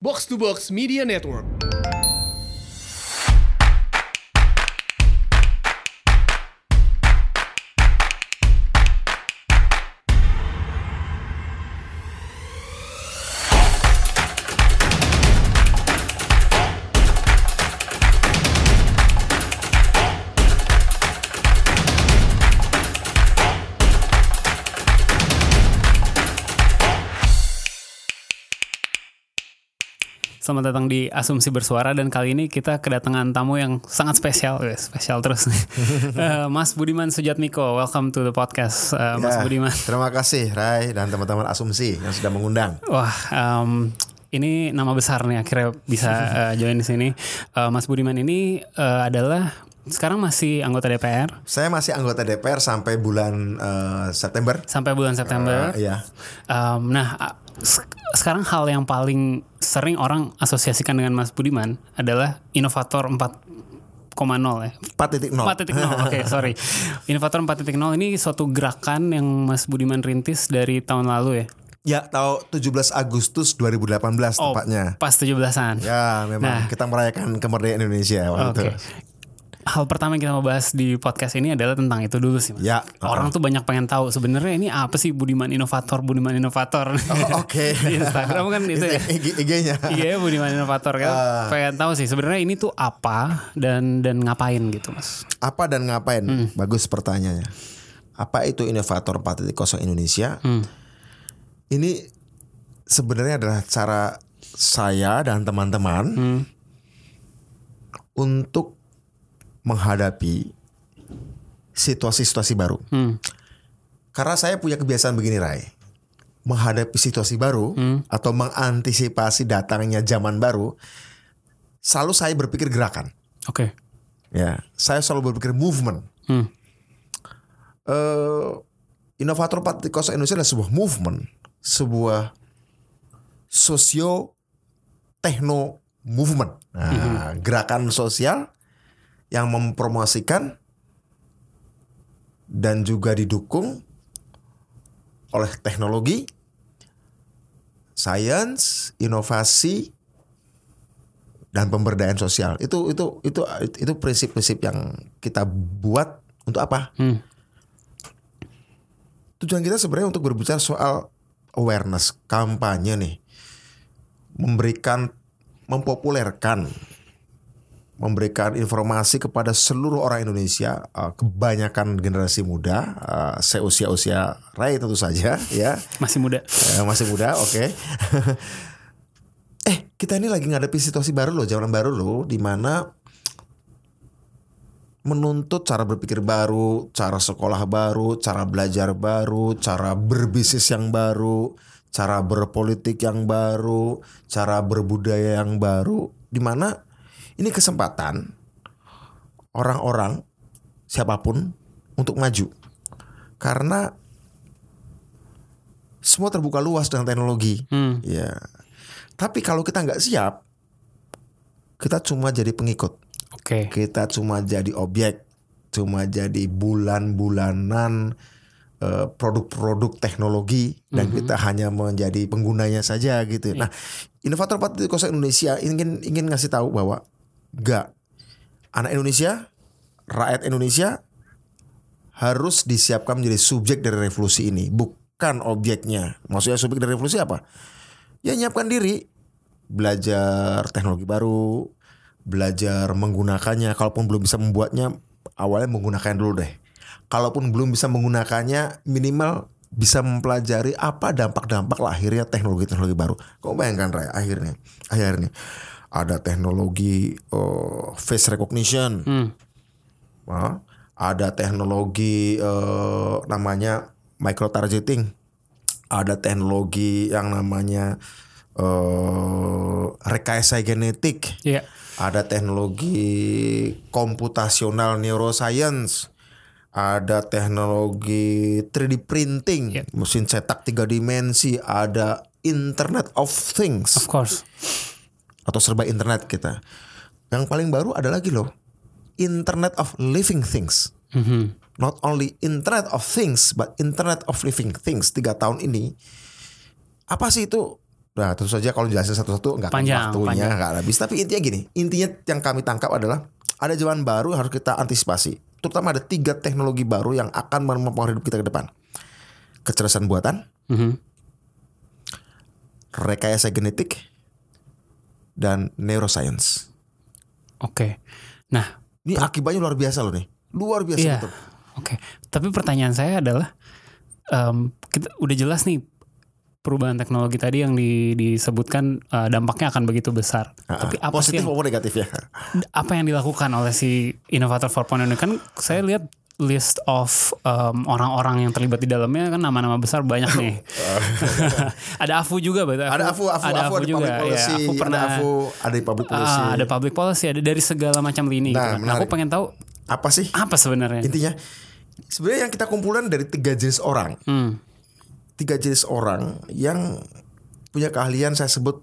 Box to Box Media Network. Selamat datang di Asumsi Bersuara, dan kali ini kita kedatangan tamu yang sangat spesial terus nih. Mas Budiman Sujatmiko, welcome to the podcast, Mas Budiman. Terima kasih Rai dan teman-teman Asumsi yang sudah mengundang. Wah, ini nama besar nih akhirnya bisa join di sini. Mas Budiman ini adalah sekarang masih anggota DPR. Saya masih anggota DPR sampai bulan September. Sampai bulan September. Iya. Sekarang hal yang paling sering orang asosiasikan dengan Mas Budiman adalah inovator 4.0 ya. 4.0. 4.0. Oke, sorry. Inovator 4.0 ini suatu gerakan yang Mas Budiman rintis dari tahun lalu ya. Ya, tahun 17 Agustus 2018 tepatnya. Pas 17-an. Ya, memang kita merayakan kemerdekaan Indonesia waktu itu. Hal pertama yang kita mau bahas di podcast ini adalah tentang itu dulu sih, Mas. Ya. Orang tuh banyak pengen tahu sebenarnya ini apa sih Budiman Inovator. Oke. Di Instagram kan itu ya. IG-nya. Iya, Budiman Inovator kan. Pengen tahu sih sebenarnya ini tuh apa dan ngapain gitu, Mas. Apa dan ngapain? Bagus pertanyaannya. Apa itu Inovator 4.0 Indonesia? Ini sebenarnya adalah cara saya dan teman-teman untuk menghadapi situasi-situasi baru. Karena saya punya kebiasaan begini, Rai. Menghadapi situasi baru atau mengantisipasi datangnya zaman baru, selalu saya berpikir gerakan. Oke. Ya, saya selalu berpikir movement. Inovator 4.0 Indonesia adalah sebuah movement, sebuah sosio-techno movement. Gerakan sosial yang mempromosikan dan juga didukung oleh teknologi, sains, inovasi, dan pemberdayaan sosial. Itu prinsip-prinsip yang kita buat untuk apa? Tujuan kita sebenarnya untuk berbicara soal awareness, kampanye nih, memberikan informasi kepada seluruh orang Indonesia, kebanyakan generasi muda, seusia Rai tentu saja, ya. Masih muda. Masih muda, oke. Kita ini lagi ngadepi situasi baru loh, zaman baru loh, di mana menuntut cara berpikir baru, cara sekolah baru, cara belajar baru, cara berbisnis yang baru, cara berpolitik yang baru, cara berbudaya yang baru, di mana ini kesempatan orang-orang siapapun untuk maju. Karena semua terbuka luas dengan teknologi. Ya. Tapi kalau kita nggak siap, kita cuma jadi pengikut. Oke. Kita cuma jadi objek, cuma jadi bulan-bulanan produk-produk teknologi, dan kita hanya menjadi penggunanya saja gitu. Nah, Inovator 4.0 Indonesia ingin ngasih tahu bahwa enggak, anak Indonesia, rakyat Indonesia harus disiapkan menjadi subjek dari revolusi ini, bukan objeknya. Maksudnya subjek dari revolusi apa? Ya nyiapkan diri, belajar teknologi baru, belajar menggunakannya. Kalaupun belum bisa membuatnya, awalnya menggunakan dulu deh. Kalaupun belum bisa menggunakannya, minimal bisa mempelajari apa dampak-dampak lahirnya teknologi-teknologi baru. Kau bayangkan, Ray, akhirnya ada teknologi face recognition, ada teknologi namanya micro targeting, ada teknologi yang namanya rekayasa genetik, ada teknologi computational neuroscience, ada teknologi 3D printing, mesin cetak 3 dimensi, ada Internet of Things, of course, atau serba internet kita. Yang paling baru ada lagi loh, Internet of Living Things. Not only Internet of Things, but Internet of Living Things. 3 tahun ini, apa sih itu? Nah tentu saja kalau jelasin satu-satu nggak akan waktunya nggak habis. Tapi intinya gini, intinya yang kami tangkap adalah ada zaman baru yang harus kita antisipasi. Terutama ada 3 teknologi baru yang akan mempengaruhi hidup kita ke depan. Kecerdasan buatan, rekayasa genetik, dan neuroscience. Oke. Nah, ini akibatnya luar biasa loh nih. Luar biasa betul. Oke. Tapi pertanyaan saya adalah kita udah jelas nih perubahan teknologi tadi yang disebutkan dampaknya akan begitu besar. Tapi apa positif maupun negatif ya? Apa yang dilakukan oleh si Innovator 4.0 ini? Kan saya lihat list of orang-orang yang terlibat di dalamnya kan nama-nama besar banyak nih. Ada AFU juga, ada AFU juga. AFU pernah ada public policy. Ada public policy, ada dari segala macam lini. Nah, gitu. Aku pengen tahu apa sih? Apa sebenarnya? Intinya sebenarnya yang kita kumpulan dari 3 jenis orang. 3 jenis orang yang punya keahlian saya sebut.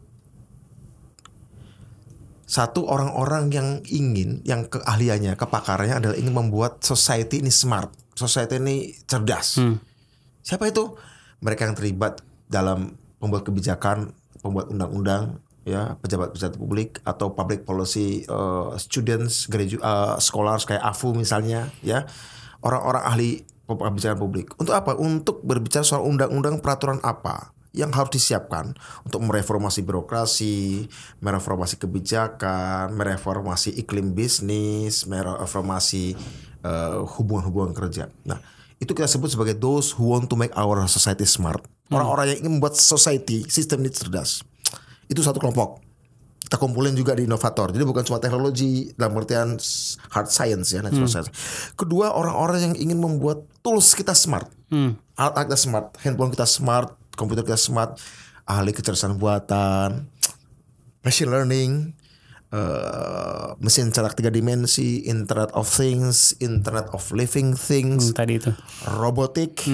Satu, orang-orang yang keahliannya, kepakarannya adalah ingin membuat society ini smart, society ini cerdas. Siapa itu? Mereka yang terlibat dalam pembuat kebijakan, pembuat undang-undang, ya, pejabat-pejabat publik atau public policy students, scholars kayak AFU misalnya, ya, orang-orang ahli kebijakan publik. Untuk apa? Untuk berbicara soal undang-undang, peraturan apa yang harus disiapkan untuk mereformasi birokrasi, mereformasi kebijakan, mereformasi iklim bisnis, mereformasi hubungan-hubungan kerja. Nah, itu kita sebut sebagai those who want to make our society smart. Orang-orang yang ingin membuat society, sistem ini cerdas. Itu satu kelompok. Kita kumpulin juga di Innovator. Jadi bukan cuma teknologi dalam artian hard science ya, natural science. Kedua, orang-orang yang ingin membuat tools kita smart. Alat-alat kita smart, handphone kita smart, komputer kita smart, ahli kecerdasan buatan, machine learning, mesin cetak 3 dimensi, Internet of Things, Internet of Living Things, tadi itu, robotik.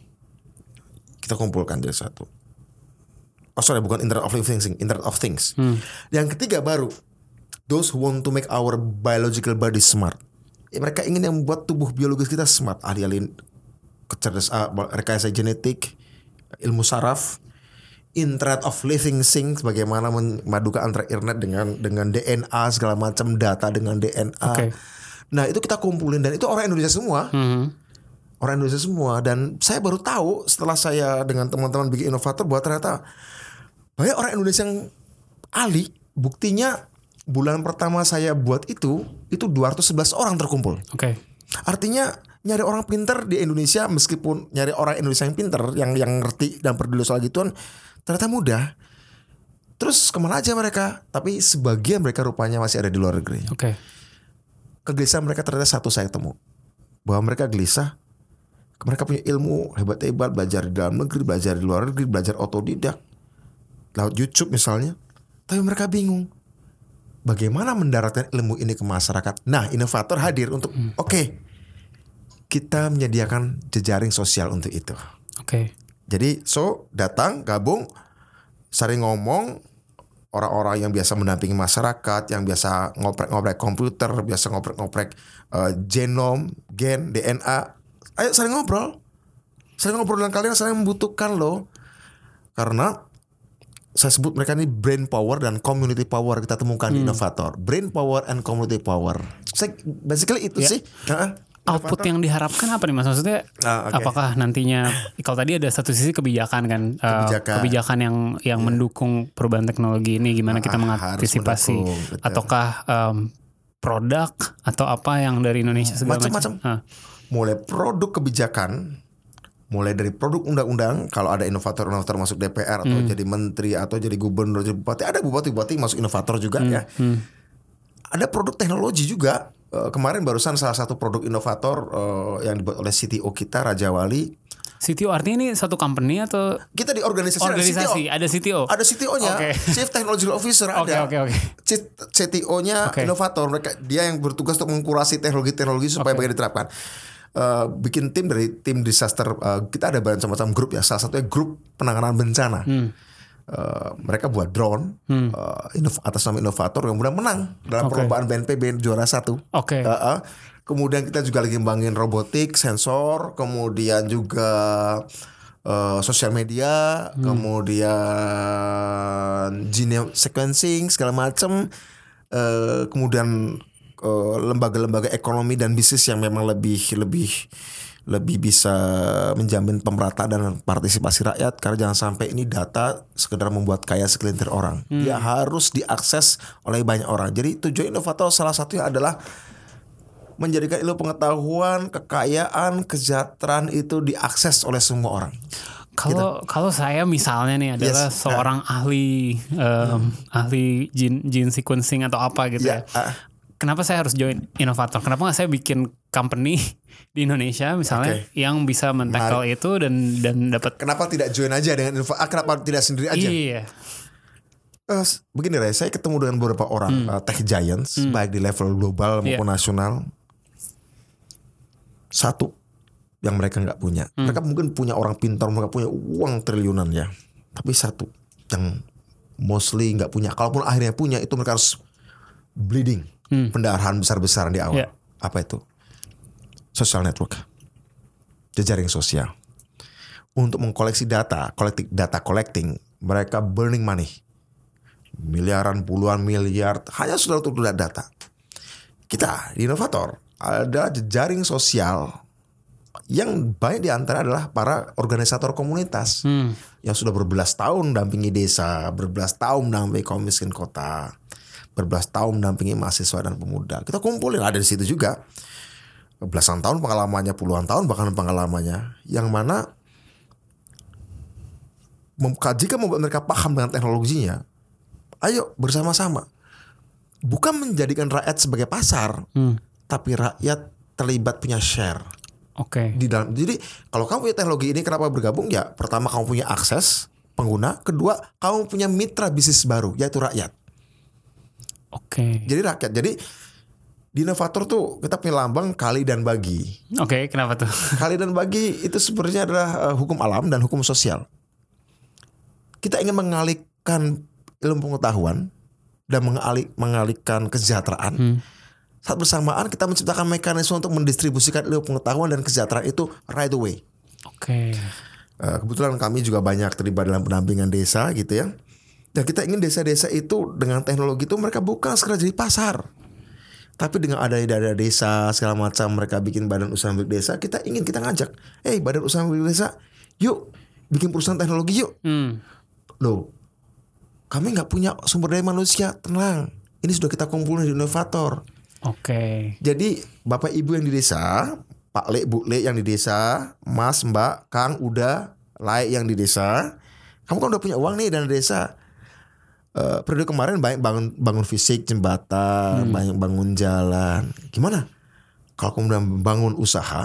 Kita kumpulkan jadi satu. Bukan Internet of Living Things, Internet of Things. Yang ketiga baru, those who want to make our biological body smart. Mereka ingin yang membuat tubuh biologis kita smart, ahli-ahli kecerdasan, rekayasa genetik, ilmu saraf, Internet of Living Things, bagaimana memadukan antara internet dengan DNA, segala macam data dengan DNA. Nah, itu kita kumpulin dan itu orang Indonesia semua. Orang Indonesia semua. Dan saya baru tahu setelah saya dengan teman-teman bikin Innovator bahwa ternyata banyak orang Indonesia yang ahli. Buktinya bulan pertama saya buat itu 211 orang terkumpul. Artinya nyari orang pinter di Indonesia, meskipun nyari orang Indonesia yang pinter, yang ngerti dan peduli soal gituan, ternyata mudah. Terus kemana aja mereka? Tapi sebagian mereka rupanya masih ada di luar negeri. Kegelisahan mereka ternyata satu saya temu, bahwa mereka gelisah. Mereka punya ilmu hebat-hebat, belajar di dalam negeri, belajar di luar negeri, belajar otodidak, lewat YouTube misalnya. Tapi mereka bingung bagaimana mendaratkan ilmu ini ke masyarakat. Nah, Innovator hadir untuk kita menyediakan jejaring sosial untuk itu. Jadi datang, gabung, sering ngomong, orang-orang yang biasa mendampingi masyarakat, yang biasa ngoprek-ngoprek komputer, biasa ngoprek-ngoprek genom, gen, DNA. Ayo sering ngobrol dengan kalian, saya membutuhkan loh. Karena saya sebut mereka ini brain power dan community power kita temukan di Innovator. Brain power and community power. Basically itu sih. Output yang diharapkan apa nih Mas? Maksudnya apakah nantinya, kalau tadi ada satu sisi kebijakan kan, kebijakan yang mendukung perubahan teknologi ini, gimana kita mengantisipasi, ataukah produk atau apa yang dari Indonesia segala macam. Mulai produk kebijakan, mulai dari produk undang-undang. Kalau ada inovator masuk DPR atau jadi menteri atau jadi gubernur, jadi bupati, ada bupati masuk Innovator juga ya. Ada produk teknologi juga. Kemarin barusan salah satu produk Innovator yang dibuat oleh CTO kita, Raja Wali. CTO artinya ini satu company atau kita di organisasi ada CTO? Ada CTO-nya, Chief Technology Officer ada. CTO-nya Innovator, dia yang bertugas untuk mengkurasi teknologi supaya baik diterapkan. Bikin tim dari tim disaster, kita ada macam-macam grup ya. Salah satunya grup penanganan bencana. Mereka buat drone atas nama Innovator yang kemudian menang dalam perlombaan BNPB, juara 1. Kemudian kita juga lagi ngembangin robotik, sensor, kemudian juga sosial media, kemudian genome sequencing segala macam, kemudian lembaga-lembaga ekonomi dan bisnis yang memang lebih bisa menjamin pemerataan dan partisipasi rakyat, karena jangan sampai ini data sekedar membuat kaya segelintir orang. Dia harus diakses oleh banyak orang. Jadi tujuan inovator salah satunya adalah menjadikan ilmu pengetahuan, kekayaan, kesejahteraan itu diakses oleh semua orang. Kalau saya misalnya nih adalah seorang ahli gene sequencing atau apa gitu ya. Kenapa saya harus join inovator? Kenapa nggak saya bikin company di Indonesia misalnya yang bisa men-tackle itu dan dapat? Kenapa tidak join aja dengan kenapa tidak sendiri aja? Iya. Begini Ray, saya ketemu dengan beberapa orang tech giants baik di level global maupun nasional. Satu yang mereka nggak punya, mereka mungkin punya orang pintar, mereka punya uang triliunan ya. Tapi satu yang mostly nggak punya, kalaupun akhirnya punya itu mereka harus bleeding. Pendarahan besar-besaran di awal. Apa itu? Social network, jejaring sosial. Untuk mengkoleksi data collecting, mereka burning money, miliaran, puluhan miliar hanya sudah untuk data. Kita di inovator ada jejaring sosial yang banyak di antara adalah para organisator komunitas yang sudah berbelas tahun dampingi desa, berbelas tahun dampingi kaum miskin kota, berbelas tahun mendampingi mahasiswa dan pemuda. Kita kumpulin ada di situ juga. Belasan tahun pengalamannya, puluhan tahun bahkan pengalamannya. Yang mana jika membuat mereka paham dengan teknologinya, ayo bersama-sama. Bukan menjadikan rakyat sebagai pasar, tapi rakyat terlibat punya share. Di dalam. Jadi kalau kamu punya teknologi ini, kenapa bergabung? Ya pertama kamu punya akses pengguna, kedua kamu punya mitra bisnis baru yaitu rakyat. Jadi rakyat. Jadi di inovator tuh kita punya lambang kali dan bagi. Kenapa tuh? Kali dan bagi itu sebenarnya adalah hukum alam dan hukum sosial. Kita ingin mengalihkan ilmu pengetahuan dan mengalihkan kesejahteraan. Saat bersamaan kita menciptakan mekanisme untuk mendistribusikan ilmu pengetahuan dan kesejahteraan itu right away. Kebetulan kami juga banyak terlibat dalam pendampingan desa gitu ya. Dan kita ingin desa-desa itu dengan teknologi itu mereka bukan sekedar jadi pasar. Tapi dengan adanya dana desa segala macam, mereka bikin badan usaha milik desa. Kita ngajak, badan usaha milik desa, yuk bikin perusahaan teknologi yuk. Loh, kami gak punya sumber daya manusia, tenang. Ini sudah kita kumpulin di inovator. Jadi Bapak Ibu yang di desa, Pak Le, Bu Le yang di desa, Mas, Mbak, Kang, Uda, Lai yang di desa, kamu kan udah punya uang nih dana desa. Periode kemarin banyak bangun fisik jembatan, banyak bangun jalan. Gimana kalau kemudian bangun usaha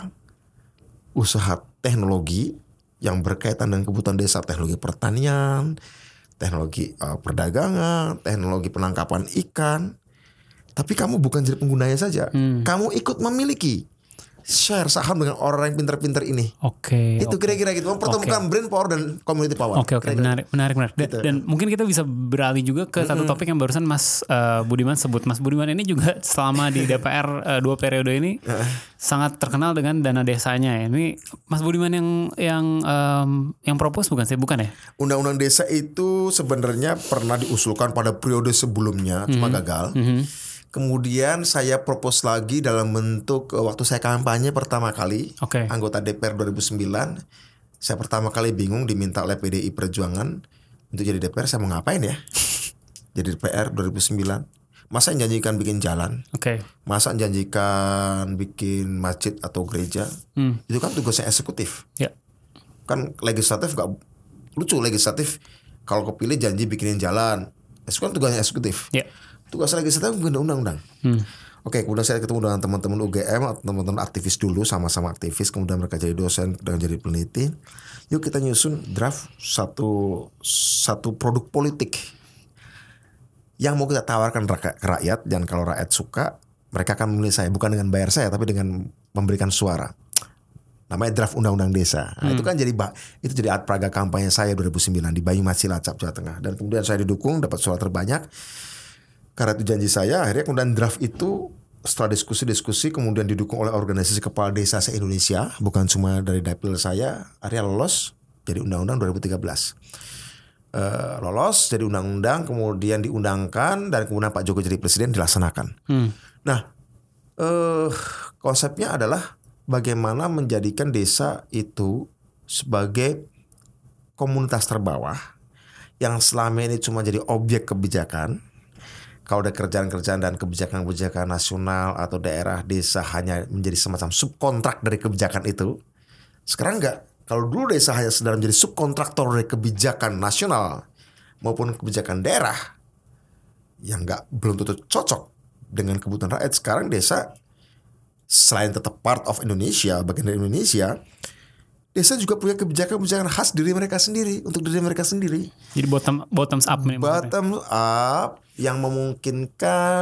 teknologi yang berkaitan dengan kebutuhan desa, teknologi pertanian, teknologi perdagangan, teknologi penangkapan ikan. Tapi kamu bukan jadi penggunanya saja, kamu ikut memiliki share saham dengan orang yang pintar-pintar ini. Itu kira-kira gitu. Mempertemukan brain power dan community power. Menarik. Gitu. Dan mungkin kita bisa beralih juga ke satu topik yang barusan Mas Budiman sebut. Mas Budiman ini juga selama di DPR 2 periode ini sangat terkenal dengan dana desanya. Ini Mas Budiman yang propose bukan sih? Bukan ya? Undang-undang desa itu sebenarnya pernah diusulkan pada periode sebelumnya, cuma gagal. Kemudian saya propose lagi dalam bentuk waktu saya kampanye pertama kali, anggota DPR 2009. Saya pertama kali bingung diminta oleh PDI Perjuangan untuk jadi DPR, saya mau ngapain ya? Jadi DPR 2009. Masa janjikan bikin jalan? Masa janjikan bikin masjid atau gereja? Itu kan tugasnya eksekutif. Kan legislatif gak lucu, legislatif kalau kepilih janji bikinin jalan. Itu kan tugasnya eksekutif. Tugas legislatif bikin undang-undang. Kemudian saya ketemu dengan teman-teman UGM atau teman-teman aktivis dulu, sama-sama aktivis, kemudian mereka jadi dosen dan jadi peneliti. Yuk kita nyusun draft satu produk politik yang mau kita tawarkan ke rakyat, dan kalau rakyat suka, mereka akan memilih saya bukan dengan bayar saya, tapi dengan memberikan suara. Namanya draft undang-undang desa. Nah, itu kan jadi art praga kampanye saya 2009 di Banyumas Cilacap, Jawa Tengah. Dan kemudian saya didukung, dapat suara terbanyak. Karena itu janji saya, akhirnya kemudian draft itu setelah diskusi kemudian didukung oleh organisasi kepala desa se-Indonesia, bukan cuma dari dapil saya, akhirnya lolos jadi undang-undang 2013. Lolos jadi undang-undang, kemudian diundangkan, dan kemudian Pak Jokowi jadi presiden, dilaksanakan. Nah, konsepnya adalah bagaimana menjadikan desa itu sebagai komunitas terbawah yang selama ini cuma jadi objek kebijakan. Kalau ada kerjaan-kerjaan dan kebijakan-kebijakan nasional atau daerah, desa hanya menjadi semacam subkontrak dari kebijakan itu. Sekarang enggak. Kalau dulu desa hanya sedang menjadi subkontraktor dari kebijakan nasional maupun kebijakan daerah yang belum tentu cocok dengan kebutuhan rakyat. Sekarang desa selain tetap part of Indonesia, bagian dari Indonesia, desa juga punya kebijakan-kebijakan khas diri mereka sendiri, untuk diri mereka sendiri. Jadi bottoms up nih. Bottom up yang memungkinkan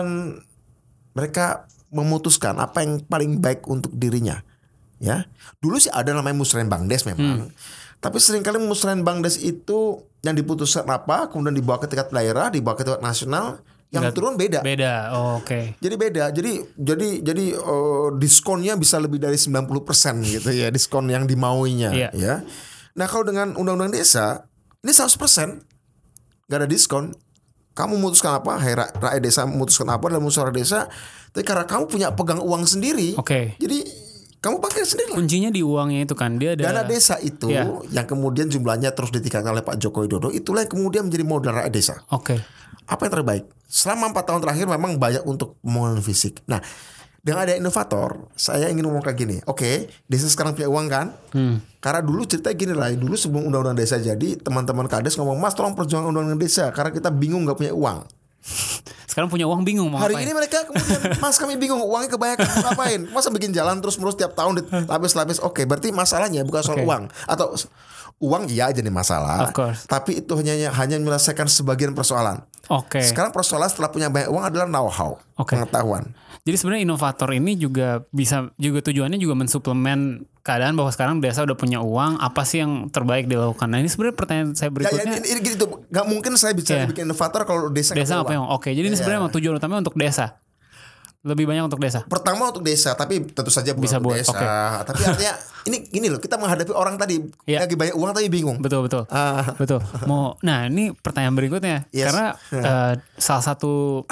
mereka memutuskan apa yang paling baik untuk dirinya. Ya, dulu sih ada namanya Musrenbangdes memang. Tapi seringkali Musrenbangdes itu yang diputuskan apa, kemudian dibawa ke tingkat daerah, dibawa ke tingkat nasional, yang turun beda. Oke. Jadi beda. Jadi diskonnya bisa lebih dari 90% gitu ya, diskon yang dimauinya ya. Nah, kalau dengan undang-undang desa ini 100%. Gak ada diskon. Kamu memutuskan apa, rakyat desa memutuskan apa dalam musyawarah desa, tapi karena kamu punya pegang uang sendiri. Jadi kamu pakai sendiri. Kuncinya di uangnya itu kan, dia ada dana desa itu yang kemudian jumlahnya terus ditingkatkan oleh Pak Joko Widodo, itulah yang kemudian menjadi modal rakyat desa. Apa yang terbaik? Selama 4 tahun terakhir memang banyak untuk pembangunan fisik. Nah, dengan ada inovator, saya ingin ngomong kayak gini. Desa sekarang punya uang kan? Karena dulu ceritanya gini lah, dulu sebelum undang-undang desa jadi, teman-teman Kades ngomong, Mas tolong perjuangan undang-undang desa karena kita bingung gak punya uang. Sekarang punya uang bingung mau Hari ngapain. ini mereka kemudian, Mas kami bingung, uangnya kebanyakan, mau ngapain? Masa bikin jalan terus-menerus tiap tahun lapis-lapis. Berarti masalahnya bukan soal uang. Atau uang iya aja nih masalah, tapi itu hanya menyelesaikan sebagian persoalan. Sekarang persoalan setelah punya banyak uang adalah know-how, pengetahuan. Jadi sebenarnya inovator ini juga tujuannya juga mensuplemen keadaan bahwa sekarang desa udah punya uang, apa sih yang terbaik dilakukan. Nah, ini sebenarnya pertanyaan saya berikutnya. Ini gitu, nggak mungkin saya bicara bikin inovator kalau desa nggak punya uang. Jadi ini sebenarnya tujuan utamanya untuk desa. Lebih banyak untuk desa. Pertama untuk desa, tapi tentu saja bisa buat desa. Tapi artinya ini loh, kita menghadapi orang tadi lagi banyak uang tapi bingung. Betul. Betul. Nah, ini pertanyaan berikutnya. Karena salah satu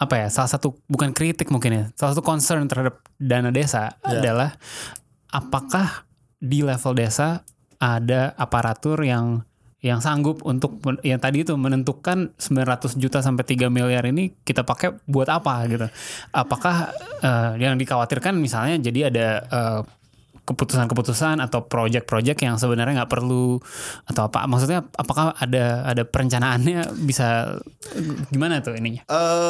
bukan kritik mungkin ya. Salah satu concern terhadap dana desa adalah apakah di level desa ada aparatur yang sanggup untuk yang tadi itu menentukan 900 juta sampai 3 miliar ini kita pakai buat apa gitu. Apakah yang dikhawatirkan misalnya jadi ada keputusan-keputusan atau proyek-proyek yang sebenarnya nggak perlu atau apa? Maksudnya apakah ada perencanaannya, bisa gimana tuh ininya?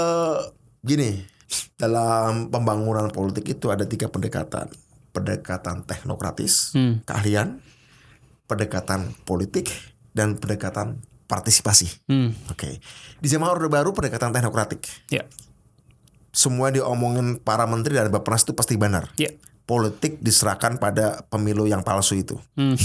Gini, dalam pembangunan politik itu ada 3 pendekatan. Pendekatan teknokratis, keahlian, pendekatan politik, dan pendekatan partisipasi. Di zaman Orde Baru pendekatan teknokratik. Semua diomongin para menteri dan Bappenas itu pasti benar. Politik diserahkan pada pemilu yang palsu itu.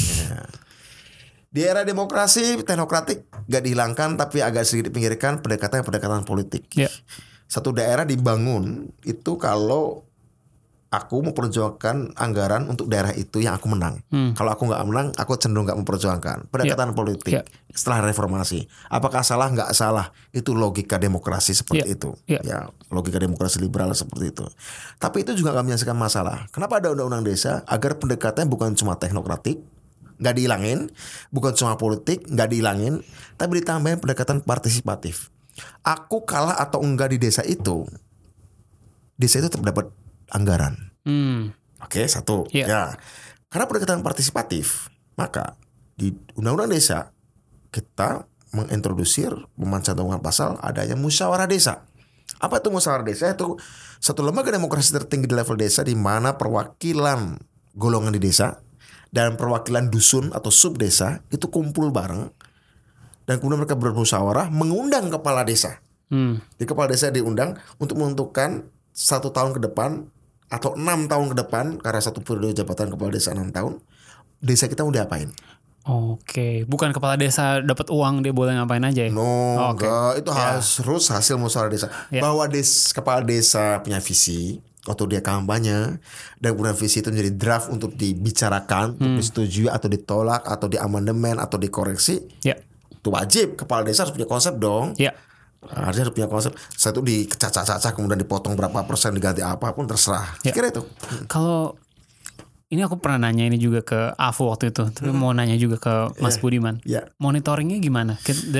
Di era demokrasi teknokratik gak dihilangkan, tapi agak sedikit dipinggirkan pendekatan politik. Satu daerah dibangun itu kalau aku memperjuangkan anggaran untuk daerah itu yang aku menang. Kalau aku nggak menang, aku cenderung nggak memperjuangkan. Pendekatan politik setelah reformasi. Apakah salah? Nggak salah. Itu logika demokrasi seperti itu. Ya, logika demokrasi liberal seperti itu. Tapi itu juga nggak menyelesaikan masalah. Kenapa ada undang-undang desa? Agar pendekatannya bukan cuma teknokratik, nggak dihilangin, bukan cuma politik, nggak dihilangin, tapi ditambahin pendekatan partisipatif. Aku kalah atau enggak di desa itu tetap dapat anggaran. Satu. Ya. Karena pendekatan partisipatif, maka di Undang-Undang Desa kita mengintrodusir memancantumkan pasal adanya musyawarah desa. Apa itu musyawarah desa? Itu satu lembaga demokrasi tertinggi di level desa di mana perwakilan golongan di desa dan perwakilan dusun atau sub desa itu kumpul bareng dan kemudian mereka bermusyawarah mengundang kepala desa. Di kepala desa diundang untuk menentukan 1 tahun ke depan atau 6 tahun ke depan, karena satu periode jabatan kepala desa 6 tahun, desa kita mau diapain? Bukan kepala desa dapat uang dia boleh ngapain aja ya? Enggak, itu harus hasil musyawarah desa. Bahwa kepala desa punya visi, atau dia kampanye, dan kemudian visi itu menjadi draft untuk dibicarakan, untuk disetujui atau ditolak atau diamandemen atau dikoreksi, itu wajib kepala desa harus punya konsep dong. Harusnya harus punya konsep. Satu dicacah-cacah kemudian dipotong berapa persen diganti apapun terserah. Kira itu. Kalau ini aku pernah nanya ini juga ke Afu waktu itu, tapi mau nanya juga ke Mas Budiman. Monitoringnya gimana?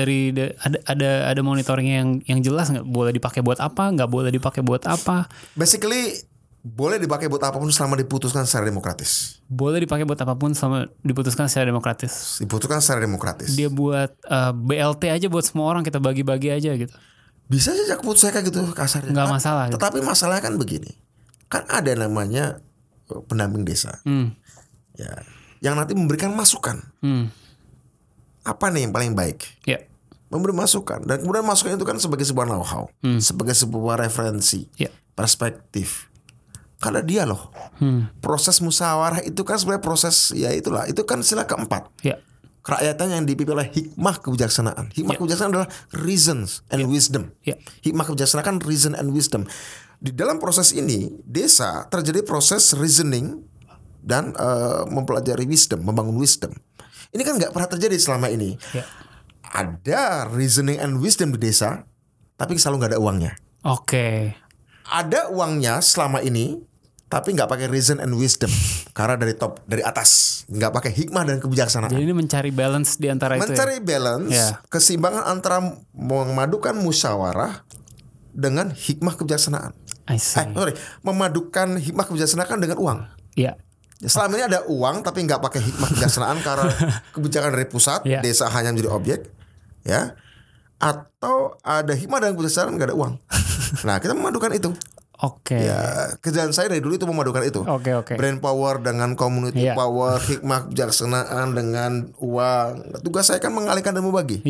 Ada monitoringnya yang jelas nggak? Boleh dipakai buat apa? Nggak boleh dipakai buat apa? Basically boleh dipakai buat apapun selama diputuskan secara demokratis. Boleh dipakai buat apapun selama diputuskan secara demokratis. Diputuskan secara demokratis. Dia buat BLT aja buat semua orang, kita bagi-bagi aja gitu. Bisa saja keputusan kayak gitu kasarnya. Nggak masalah. Tetapi masalahnya kan begini. Kan ada namanya pendamping desa. Ya, yang nanti memberikan masukan. Apa nih yang paling baik? Memberi masukan, dan kemudian masukan itu kan sebagai sebuah know-how, sebagai sebuah referensi, perspektif. Karena dia loh, proses musyawarah itu kan sebenarnya proses, ya itulah, itu kan sila keempat. Kerakyatan yang dipimpin oleh hikmah kebijaksanaan. Hikmah kebijaksanaan adalah reasons and wisdom. Hikmah kebijaksanaan reason and wisdom. Di dalam proses ini, desa terjadi proses reasoning dan mempelajari wisdom, membangun wisdom. Ini kan nggak pernah terjadi selama ini. Ada reasoning and wisdom di desa, tapi selalu nggak ada uangnya. Ada uangnya selama ini, tapi nggak pakai reason and wisdom, karena dari atas, nggak pakai hikmah dan kebijaksanaan. Jadi ini mencari balance di antara itu. Mencari balance, keseimbangan antara memadukan musyawarah dengan hikmah kebijaksanaan. Memadukan hikmah kebijaksanaan dengan uang. Selama ini ada uang tapi nggak pakai hikmah kebijaksanaan karena kebijakan dari pusat, desa hanya menjadi objek, ya. Atau ada hikmah dan kebijaksanaan nggak ada uang. Nah, kita memadukan itu. Ya, kerjaan saya dari dulu itu memadukan itu. Brain power dengan community power, hikmah kebijaksanaan dengan uang. Tugas saya kan mengalihkan dan membagi.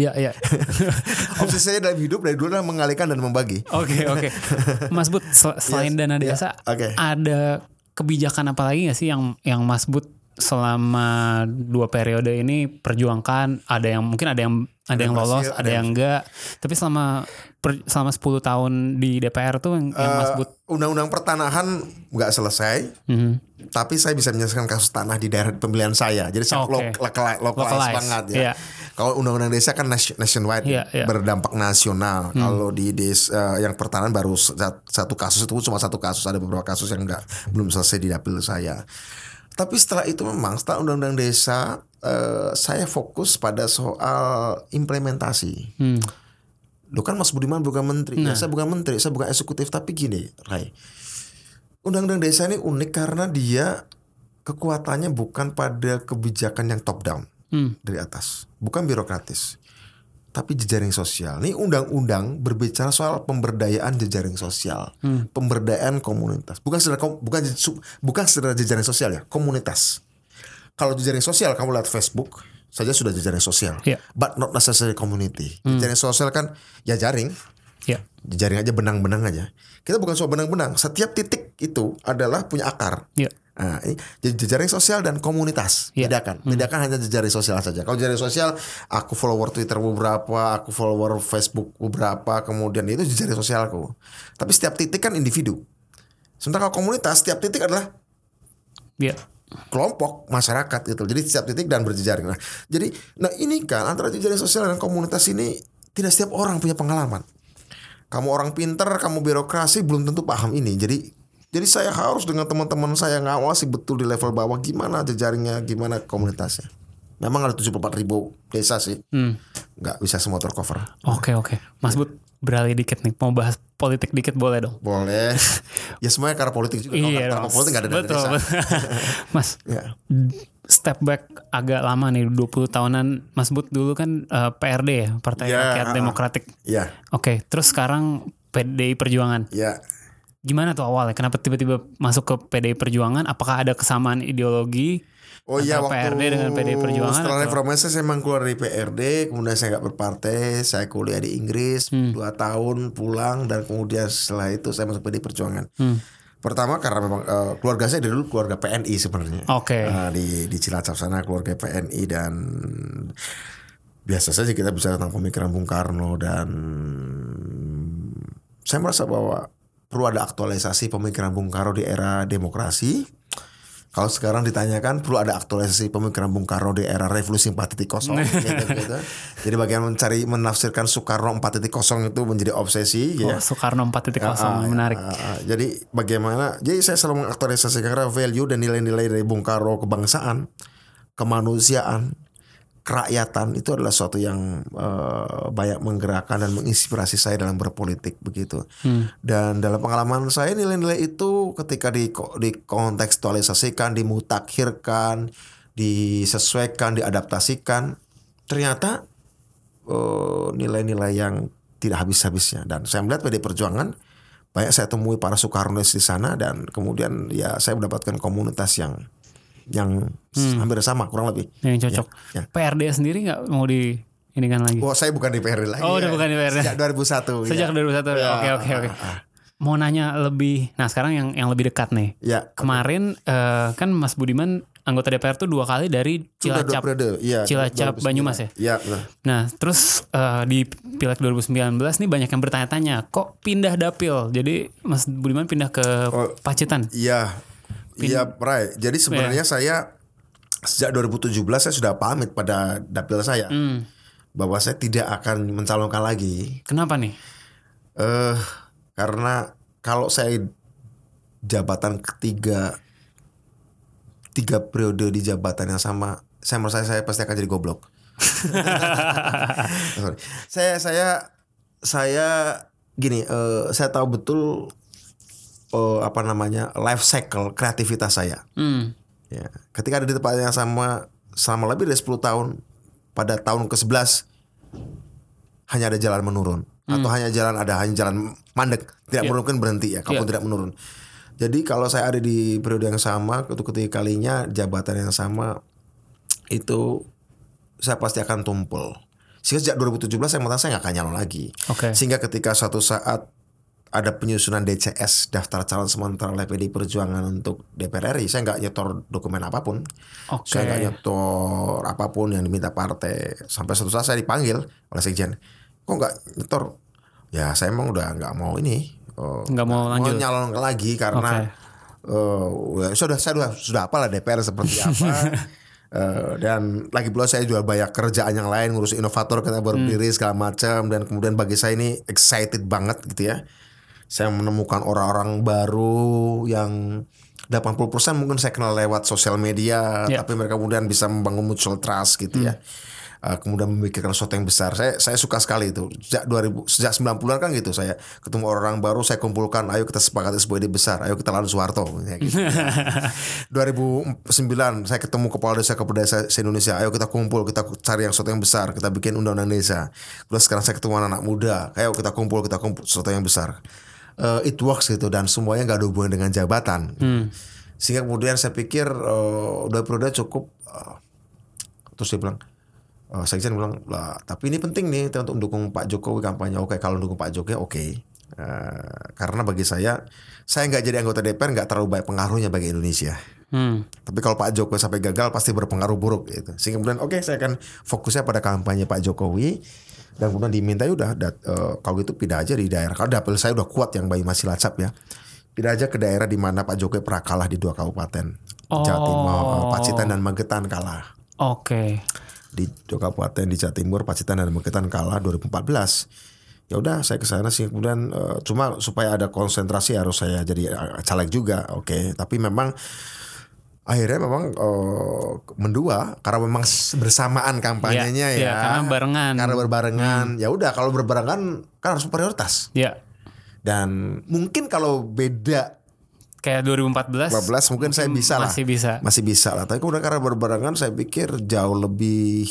Opsi saya dalam hidup dari dulu adalah mengalihkan dan membagi. Mas Bud, selain dana desa, ada kebijakan apa lagi nggak sih yang Mas Bud selama 2 periode ini perjuangkan? Ada yang mungkin ada yang lolos, ada yang enggak. Tapi selama 10 tahun di DPR tuh yang Mas Bud, undang-undang pertanahan nggak selesai. Tapi saya bisa menyelesaikan kasus tanah di daerah pemilihan saya. Jadi saya lokalize banget ya. Kalau undang-undang desa kan nationwide, berdampak nasional. Kalau di desa yang pertanahan baru satu kasus, itu cuma satu kasus. Ada beberapa kasus yang belum selesai di dapil saya. Tapi setelah itu memang setelah undang-undang desa, saya fokus pada soal implementasi. Loh kan Mas Budiman bukan menteri, saya bukan menteri, saya bukan eksekutif. Tapi gini, Ray, undang-undang desa ini unik karena dia kekuatannya bukan pada kebijakan yang top down dari atas, bukan birokratis, tapi jejaring sosial. Ini undang-undang berbicara soal pemberdayaan jejaring sosial, pemberdayaan komunitas, bukan sekedar jejaring sosial ya, komunitas. Kalau jejaring sosial kamu lihat Facebook saja sudah jejaring sosial, but not necessarily community. Jejaring sosial kan ya jaring, jaring aja, benang-benang aja. Kita bukan soal benang-benang. Setiap titik itu adalah punya akar. Nah, jadi jejaring sosial dan komunitas. Bedakan hanya jejaring sosial saja. Kalau jejaring sosial, aku follower Twitter beberapa, aku follower Facebook beberapa, kemudian itu jejaring sosialku. Tapi setiap titik kan individu. Sementara kalau komunitas, setiap titik adalah kelompok masyarakat gitu. Jadi setiap titik dan berjejaring. Nah ini kan antara jejaring sosial dan komunitas ini tidak setiap orang punya pengalaman. Kamu orang pinter, kamu birokrasi belum tentu paham ini. Jadi saya harus dengan teman-teman saya ngawasi betul di level bawah gimana jejaringnya, gimana komunitasnya. Memang ada 74.000 desa sih. Nggak bisa semua tercover. Oke. Mas Bud, beralih dikit nih, mau bahas politik dikit boleh dong? Boleh. Ya semuanya karena politik juga. Kalau politik nggak ada dana desa. Mas, step back agak lama nih, 20 tahunan. Mas Bud dulu kan PRD ya, Partai Rakyat Demokratik. Oke, terus sekarang PDI Perjuangan. Gimana tuh awalnya? Kenapa tiba-tiba masuk ke PDI Perjuangan? Apakah ada kesamaan ideologi? Waktu PRD dengan PDI Perjuangan. Setelah reformasi saya memang keluar dari PRD, kemudian saya nggak berpartai, saya kuliah di Inggris 2 tahun, pulang, dan kemudian setelah itu saya masuk PDI Perjuangan. Pertama karena memang keluarga saya dari dulu keluarga PNI sebenarnya. Di Cilacap sana keluarga PNI, dan biasa saja kita bicara tentang pemikiran Bung Karno, dan saya merasa bahwa perlu ada aktualisasi pemikiran Bung Karno di era demokrasi. Kalau sekarang ditanyakan perlu ada aktualisasi pemikiran Bung Karno di era revolusi 4.0 gitu. Jadi bagaimana menafsirkan Soekarno 4.0 itu menjadi obsesi ya. Soekarno 4.0 menarik. Jadi bagaimana, jadi saya selalu mengaktualisasikan karena value dan nilai-nilai dari Bung Karno, kebangsaan, kemanusiaan, kerakyatan itu adalah sesuatu yang banyak menggerakkan dan menginspirasi saya dalam berpolitik begitu. Dan dalam pengalaman saya nilai-nilai itu ketika dikontekstualisasikan, dimutakhirkan, disesuaikan, diadaptasikan, ternyata nilai-nilai yang tidak habis-habisnya. Dan saya melihat PD Perjuangan banyak saya temui para Soekarnois di sana, dan kemudian ya saya mendapatkan komunitas yang hampir sama kurang lebih yang cocok. Ya. PRD sendiri nggak mau di ini kan lagi? Oh, saya bukan di PRD lagi. Oh, udah bukan di PRD. Sejak 2001. Sejak 2001. Ya. Oke. Mau nanya lebih. Nah, sekarang yang lebih dekat nih. Ya. Kemarin kan Mas Budiman anggota DPR tuh 2 kali dari Cilacap. Cilacap Banyumas ya? Iya. Nah, terus di Pileg 2019 nih banyak yang bertanya-tanya, kok pindah dapil? Jadi Mas Budiman pindah ke Pacitan. Iya. Iya, right. Jadi sebenarnya saya sejak 2017 saya sudah pamit pada dapil saya bahwa saya tidak akan mencalonkan lagi. Kenapa nih? Karena kalau saya jabatan ketiga 3 periode di jabatan yang sama, saya merasa saya pasti akan jadi goblok. Saya gini, saya tahu betul life cycle kreativitas saya. Ya, ketika ada di tempat yang sama selama lebih dari 10 tahun, pada tahun ke-11 hanya ada jalan menurun atau hanya jalan mandek, tidak menurun, berhenti ya, kalau tidak menurun. Jadi kalau saya ada di periode yang sama, ketiga kalinya jabatan yang sama, itu saya pasti akan tumpul. Sehingga sejak 2017 saya merasa saya nggak akan nyalon lagi. Sehingga ketika suatu saat ada penyusunan DCS, daftar calon sementara oleh PDI Perjuangan untuk DPR RI, saya nggak nyetor dokumen apapun. Saya nggak nyetor apapun yang diminta partai. Sampai suatu saat saya dipanggil oleh Sekjen, kok nggak nyetor? Ya saya emang udah nggak mau ini, nggak mau lanjut nyalon lagi karena sudah apalah DPR seperti apa. Dan lagi pula saya juga banyak kerjaan yang lain, ngurus inovator kita berdiri segala macam, dan kemudian bagi saya ini excited banget gitu ya. Saya menemukan orang-orang baru yang 80% mungkin saya kenal lewat sosial media, tapi mereka kemudian bisa membangun mutual trust gitu ya. Kemudian memikirkan sesuatu yang besar. Saya suka sekali itu. Sejak 90-an kan gitu, saya ketemu orang baru, saya kumpulkan, ayo kita sepakati sebuah ide besar, ayo kita lawan Soeharto ya, gitu. 2009 saya ketemu kepala desa se-Indonesia, ayo kita kumpul, kita cari yang sesuatu yang besar, kita bikin undang-undang desa. Terus sekarang saya ketemu anak muda, ayo kita kumpul sesuatu yang besar. It works gitu, dan semuanya nggak ada hubungan dengan jabatan. Sehingga kemudian saya pikir udah periode cukup. Terus dia bilang, Sekjen bilang, lah tapi ini penting nih untuk mendukung Pak Jokowi kampanye. Oke, kalau mendukung Pak Jokowi oke. Karena bagi saya nggak jadi anggota DPR nggak terlalu baik pengaruhnya bagi Indonesia. Tapi kalau Pak Jokowi sampai gagal pasti berpengaruh buruk gitu. Sehingga kemudian saya akan fokusnya pada kampanye Pak Jokowi. Dan kemudian diminta kalau gitu pindah aja di daerah. Kalau dapil saya udah kuat yang masih Cilacap ya. Pindah aja ke daerah di mana Pak Jokowi pernah kalah di 2 kabupaten. Jawa Timur, Pacitan dan Magetan kalah. Di 2 kabupaten di Jawa Timur, Pacitan dan Magetan kalah 2014. Ya udah saya ke sana sih, kemudian cuma supaya ada konsentrasi harus saya jadi caleg juga. Tapi memang akhirnya memang mendua karena memang bersamaan kampanyenya ya. Karena berbarengan. Ya udah, kalau berbarengan kan harus prioritas. Dan mungkin kalau beda kayak 2014 mungkin saya bisa masih bisa lah. Tapi kemudian karena berbarengan saya pikir jauh lebih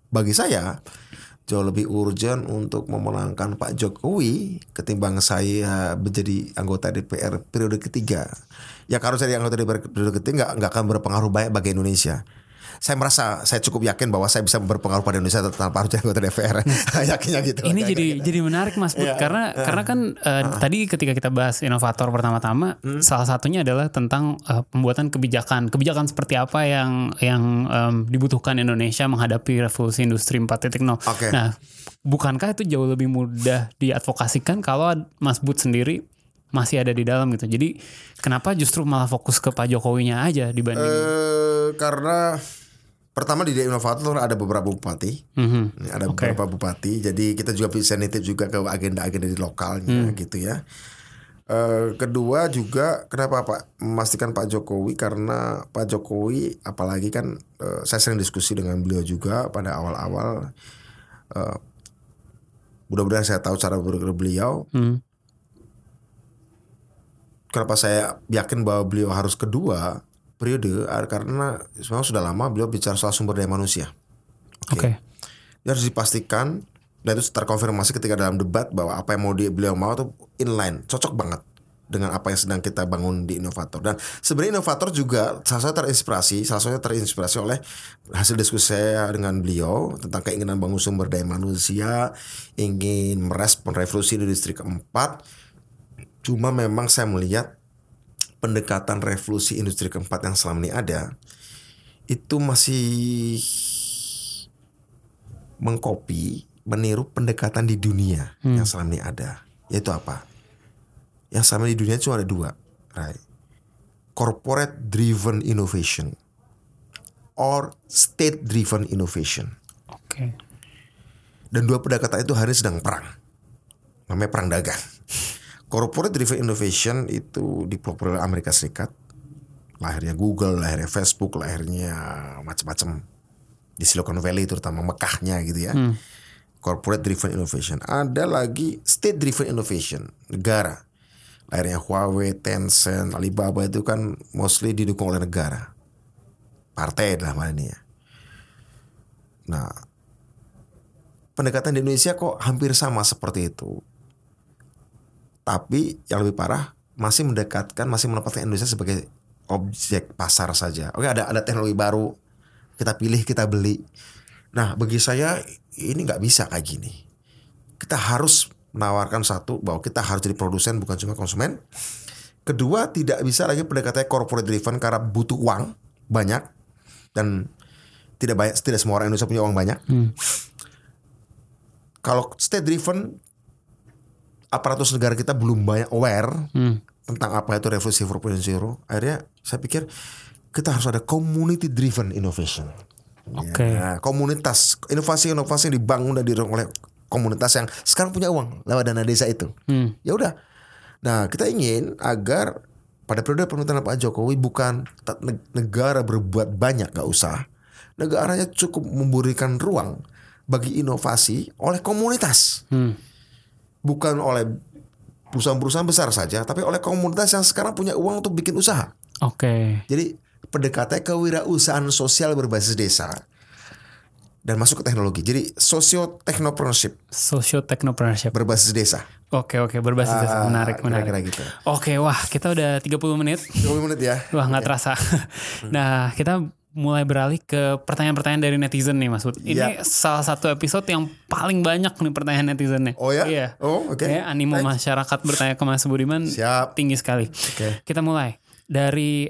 urgent untuk memenangkan Pak Jokowi ketimbang saya menjadi anggota DPR periode ketiga. Ya kalau saya jadi anggota DPR periode ketiga nggak akan berpengaruh banyak bagi Indonesia. Saya merasa saya cukup yakin bahwa saya bisa berpengaruh pada Indonesia tanpa harus jadi anggota DPR. Yakinnya gitu. Ini jadi menarik Mas Bud, karena kan tadi ketika kita bahas inovator pertama-tama, salah satunya adalah tentang pembuatan kebijakan seperti apa yang dibutuhkan Indonesia menghadapi revolusi industri 4.0. Nah, bukankah itu jauh lebih mudah diadvokasikan kalau Mas Bud sendiri masih ada di dalam gitu. Jadi kenapa justru malah fokus ke Pak Jokowinya aja dibanding? Karena pertama di Inovator ada beberapa bupati, ada beberapa bupati. Jadi kita juga sensitif juga ke agenda-agenda di lokalnya gitu ya. Kedua juga kenapa Pak memastikan Pak Jokowi, karena Pak Jokowi apalagi kan saya sering diskusi dengan beliau juga pada awal-awal. Mudah-mudahan saya tahu cara berpikir beliau. Kenapa saya yakin bahwa beliau harus kedua periode, karena memang sudah lama beliau bicara soal sumber daya manusia. Oke. Dia harus dipastikan, dan itu terkonfirmasi ketika dalam debat bahwa apa yang mau beliau mau itu inline, cocok banget dengan apa yang sedang kita bangun di Inovator. Dan sebenarnya Inovator juga salah satunya terinspirasi oleh hasil diskusi saya dengan beliau tentang keinginan bangun sumber daya manusia, ingin merespon revolusi industri keempat. Cuma memang saya melihat pendekatan revolusi industri keempat yang selama ini ada itu masih meniru pendekatan di dunia yang selama ini ada. Yaitu apa? Yang selama ini di dunia cuma ada dua, right? Corporate driven innovation or state driven innovation. Oke. Dan dua pendekatan itu hari ini sedang perang. Namanya perang dagang. Corporate driven innovation itu dipelopori oleh Amerika Serikat. Lahirnya Google, lahirnya Facebook, lahirnya macam-macam di Silicon Valley, terutama Mekahnya gitu ya. Corporate driven innovation. Ada lagi state driven innovation, negara. Lahirnya Huawei, Tencent, Alibaba itu kan mostly didukung oleh negara. Partai dalam hal ini ya. Nah, pendekatan di Indonesia kok hampir sama seperti itu. Tapi yang lebih parah masih menempatkan Indonesia sebagai objek pasar saja. Oke, ada teknologi baru, kita pilih, kita beli. Nah, bagi saya ini nggak bisa kayak gini. Kita harus menawarkan satu, bahwa kita harus jadi produsen bukan cuma konsumen. Kedua, tidak bisa lagi pendekatannya corporate driven karena butuh uang banyak dan tidak semua orang Indonesia punya uang banyak. Kalau state driven, aparatus negara kita belum banyak aware tentang apa itu revolusi 4.0. Akhirnya saya pikir kita harus ada community driven innovation. Oke. Ya, komunitas, inovasi yang dibangun dan didorong oleh komunitas yang sekarang punya uang lewat dana desa itu. Ya udah. Nah, kita ingin agar pada periode pemerintahan Pak Jokowi bukan negara berbuat banyak, gak usah. Negaranya cukup memberikan ruang bagi inovasi oleh komunitas. Bukan oleh perusahaan-perusahaan besar saja, tapi oleh komunitas yang sekarang punya uang untuk bikin usaha. Oke. Jadi pendekatannya kewirausahaan sosial berbasis desa dan masuk ke teknologi. Jadi socio-technopreneurship berbasis desa. Oke, berbasis desa. Menarik. Kira-kira gitu. Oke, wah kita udah 30 menit. 30 menit ya. Wah, gak terasa. Nah, kita mulai beralih ke pertanyaan-pertanyaan dari netizen nih Mas Bud. Ini salah satu episode yang paling banyak nih pertanyaan netizennya. Oh ya? Iya. Oh, oke. Okay. Animo masyarakat bertanya ke Mas Budiman tinggi sekali. Okay. Kita mulai dari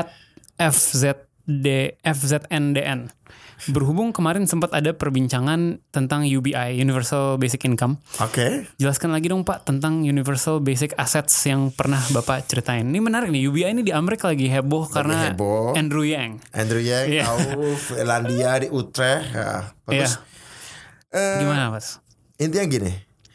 FZNDN. Berhubung kemarin sempat ada perbincangan tentang UBI, Universal Basic Income. Oke. Jelaskan lagi dong Pak tentang Universal Basic Assets yang pernah Bapak ceritain. Ini menarik nih, UBI ini di Amerika lagi heboh karena Andrew Yang. Tahu Finlandia di Utrecht. Ya, bagus. Gimana Mas? Intinya gini.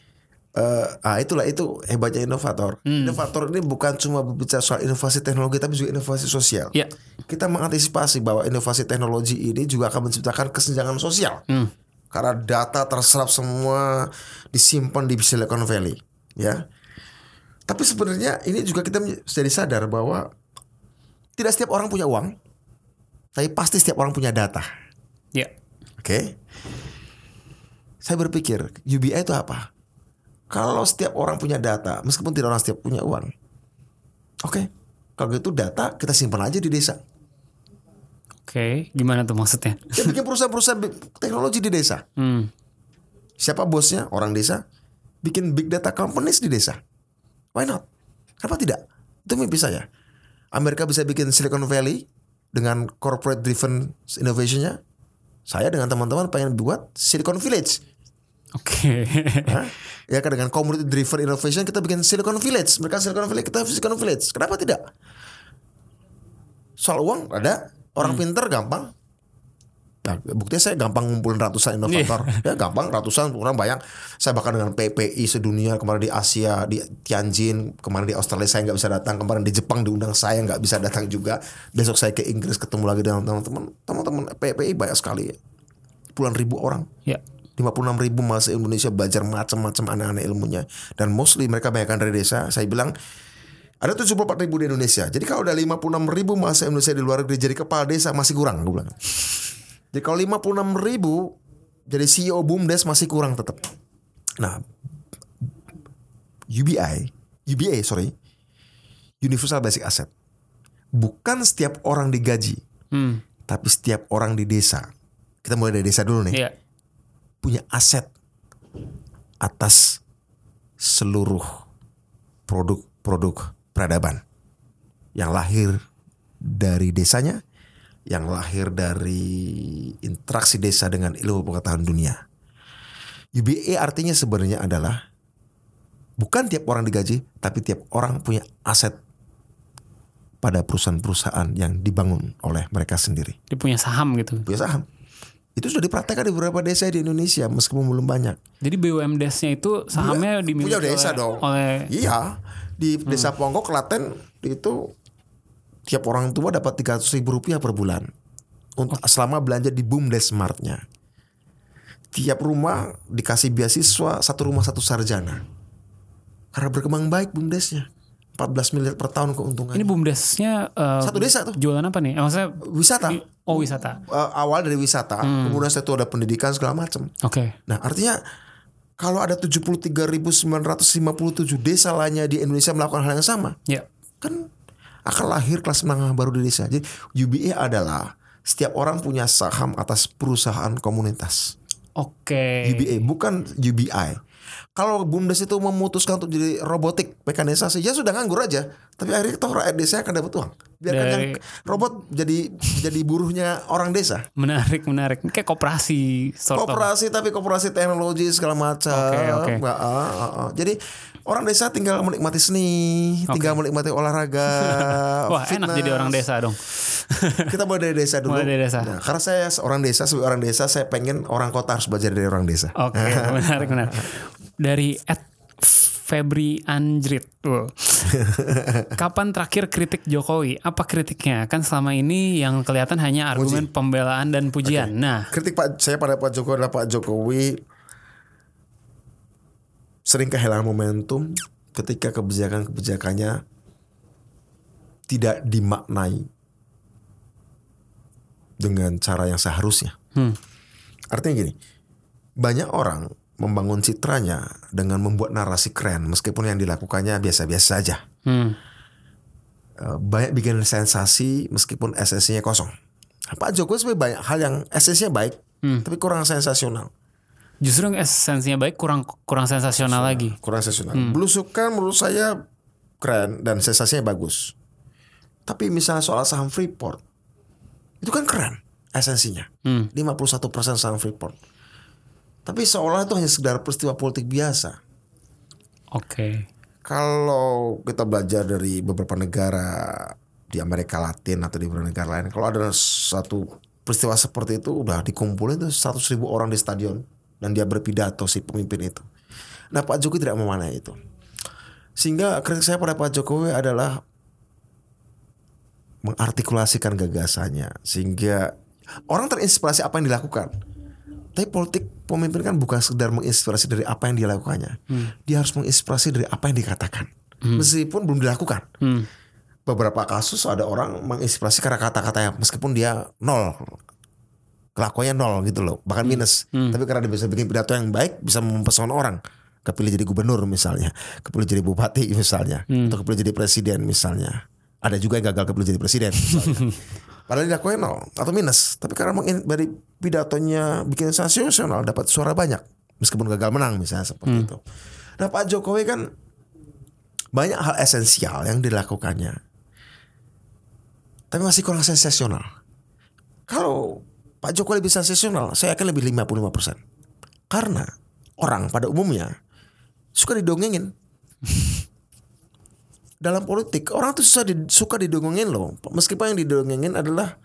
Itu hebatnya inovator. Inovator ini bukan cuma berbicara soal inovasi teknologi, tapi juga inovasi sosial. Kita mengantisipasi bahwa inovasi teknologi ini juga akan menciptakan kesenjangan sosial. Karena data terserap semua disimpan di Silicon Valley, ya. Tapi sebenarnya ini juga kita jadi sadar bahwa tidak setiap orang punya uang, tapi pasti setiap orang punya data. Oke. Saya berpikir UBI itu apa? Kalau setiap orang punya data, meskipun tidak orang setiap punya uang, oke. Kalau gitu data kita simpan aja di desa. Oke, gimana tuh maksudnya? Ya bikin perusahaan-perusahaan teknologi di desa. Siapa bosnya? Orang desa. Bikin big data companies di desa. Why not? Kenapa tidak? Itu mimpi saya. Amerika bisa bikin Silicon Valley dengan corporate driven innovation-nya. Saya dengan teman-teman pengen buat Silicon Village. Oke. Ya kan, dengan community driven innovation kita bikin Silicon Village. Mereka Silicon Village, kita Silicon Village. Kenapa tidak? Soal uang ada, orang pintar gampang. Nah, buktinya saya gampang ngumpulin ratusan inovator. Ya gampang, ratusan orang bayang. Saya bahkan dengan PPI sedunia, kemarin di Asia, di Tianjin, kemarin di Australia saya nggak bisa datang, kemarin di Jepang diundang saya nggak bisa datang juga. Besok saya ke Inggris ketemu lagi dengan teman-teman PPI banyak sekali. Puluhan ribu orang. Ya. 56 ribu mahasiswa Indonesia belajar macam-macam aneh-aneh ilmunya. Dan mostly mereka banyakkan dari desa. Saya bilang ada 74 ribu di Indonesia. Jadi kalau ada 56 ribu mahasiswa Indonesia di luar negeri jadi kepala desa masih kurang, gue bilang. Jadi kalau 56 ribu jadi CEO BUMDes masih kurang tetap. Nah, UBA, Universal Basic Asset. Bukan setiap orang digaji, tapi setiap orang di desa. Kita mulai dari desa dulu nih. Yeah. Punya aset atas seluruh produk peradaban yang lahir dari desanya, yang lahir dari interaksi desa dengan ilmu pengetahuan dunia. UBA artinya sebenarnya adalah bukan tiap orang digaji, tapi tiap orang punya aset pada perusahaan-perusahaan yang dibangun oleh mereka sendiri. Dia punya saham gitu. Punya saham. Itu sudah dipraktekkan di beberapa desa di Indonesia meskipun belum banyak. Jadi BUMDes-nya itu sahamnya dimiliki punya desa dong. Iya, di desa Ponggok, Klaten itu tiap orang tua dapat 300.000 rupiah per bulan untuk selama belanja di BUMDes Smartnya. Tiap rumah dikasih beasiswa, satu rumah satu sarjana. Karena berkembang baik BUMDesnya. 14 miliar per tahun keuntungan. Ini BUMDesnya satu desa tuh. Jualan apa nih? Maksudnya wisata. Wisata. Awal dari wisata, kemudian setelah itu ada pendidikan segala macam. Oke. Nah, artinya kalau ada 73.957 desa lainnya di Indonesia melakukan hal yang sama, kan akan lahir kelas menengah baru di desa. Jadi UBA adalah setiap orang punya saham atas perusahaan komunitas. Oke. UBA bukan UBI. Kalau BUMDes itu memutuskan untuk jadi robotik mekanisasi, ya sudah nganggur aja. Tapi akhirnya toh rakyat desa akan dapat uang. Biarkan yang robot jadi buruhnya orang desa. Menarik. Kayak koperasi. Tapi koperasi teknologi segala macam. Oke. Jadi orang desa tinggal menikmati seni, tinggal menikmati olahraga. Wah, fitness. Enak jadi orang desa dong. Kita mulai dari desa dulu. Nah, karena saya sebagai orang desa, saya pengen orang kota harus belajar dari orang desa. Oke, menarik. Dari Febri Anjrit. Kapan terakhir kritik Jokowi? Apa kritiknya? Kan selama ini yang kelihatan hanya argumen pembelaan dan pujian. Nah, kritik saya pada Pak Jokowi adalah Pak Jokowi sering kehilangan momentum ketika kebijakannya tidak dimaknai dengan cara yang seharusnya. Artinya gini, banyak orang membangun citranya dengan membuat narasi keren meskipun yang dilakukannya biasa-biasa saja. Banyak bikin sensasi meskipun esensinya kosong. Pak Jokowi sebenarnya banyak hal yang esensinya baik, tapi kurang sensasional. Justru yang esensinya baik kurang sensasional lagi. Kurang sensasional. Belusukan menurut saya keren dan sensasinya bagus. Tapi misalnya soal saham Freeport, itu kan keren esensinya. 51% saham Freeport. Tapi seolah itu hanya sekedar peristiwa politik biasa. Oke. Kalau kita belajar dari beberapa negara di Amerika Latin atau di beberapa negara lain, kalau ada satu peristiwa seperti itu udah dikumpulin tuh 100.000 orang di stadion dan dia berpidato si pemimpin itu. Nah, Pak Jokowi tidak memanai itu. Sehingga kritik saya pada Pak Jokowi adalah mengartikulasikan gagasannya sehingga orang terinspirasi apa yang dilakukan. Tapi politik pemimpin kan bukan sekedar menginspirasi dari apa yang dia lakukannya. Dia harus menginspirasi dari apa yang dikatakan. Meskipun belum dilakukan. Beberapa kasus ada orang menginspirasi karena kata-katanya meskipun dia nol. Kelakuannya nol gitu loh. Bahkan minus. Tapi karena dia bisa bikin pidato yang baik, bisa mempesona orang. Kepilih jadi gubernur misalnya. Kepilih jadi bupati misalnya. Atau kepilih jadi presiden misalnya. Ada juga yang gagal kepilih jadi presiden misalnya. Padahal dilakukan nol atau minus. Tapi karena dari pidatonya bikin sensasional, dapat suara banyak. Meskipun gagal menang misalnya seperti itu. Nah, Pak Jokowi kan banyak hal esensial yang dilakukannya. Tapi masih kurang sensasional. Kalau Pak Jokowi lebih sensasional, saya yakin lebih 55%. Karena orang pada umumnya suka didongengin. Dalam politik orang tuh suka didongengin loh, meskipun yang didongengin adalah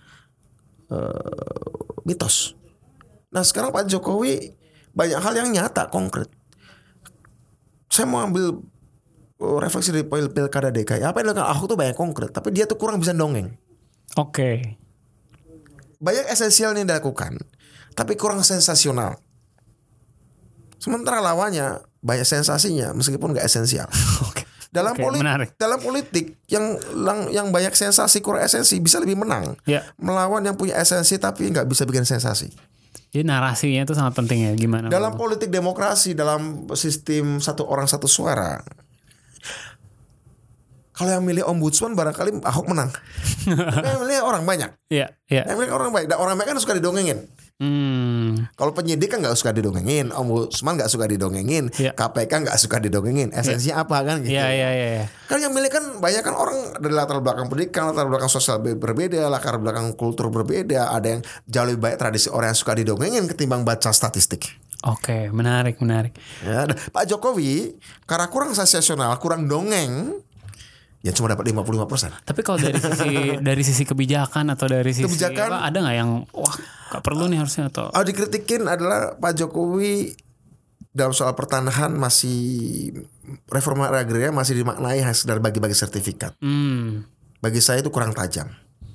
mitos. Nah sekarang Pak Jokowi banyak hal yang nyata, konkret. Saya mau ambil refleksi dari pilkada DKI. Apa yang dilakukan Ahok tuh banyak konkret, tapi dia tuh kurang bisa dongeng. Oke. Banyak esensial yang dilakukan, tapi kurang sensasional. Sementara lawannya banyak sensasinya, meskipun nggak esensial. Oke. Dalam politik yang banyak sensasi kurang esensi bisa lebih menang. Melawan yang punya esensi tapi nggak bisa bikin sensasi. Jadi narasinya itu sangat penting ya, gimana? Dalam politik demokrasi, dalam sistem satu orang satu suara, kalau yang milih ombudsman barangkali Ahok menang. Tapi yang milih orang banyak. Yang milih orang banyak. Dan orang banyak kan suka didongengin. Kalau penyidik kan nggak suka didongengin, ombudsman nggak suka didongengin, KPK nggak suka didongengin. Esensinya apa kan? Gitu. Kan yang milih kan banyak kan orang dari latar belakang pendidikan, latar belakang sosial berbeda, latar belakang kultur berbeda. Ada yang jauh lebih baik tradisi orang yang suka didongengin ketimbang baca statistik. Oke, menarik. Ya, Pak Jokowi karena kurang sensasional, kurang dongeng, ya cuma dapat 55%. Tapi kalau dari sisi kebijakan atau dari sisi apa, ada nggak yang wah gak perlu nih harusnya atau? Dikritikin adalah Pak Jokowi dalam soal pertanahan masih reforma agraria masih dimaknai hanya sekedar bagi-bagi sertifikat. Bagi saya itu kurang tajam.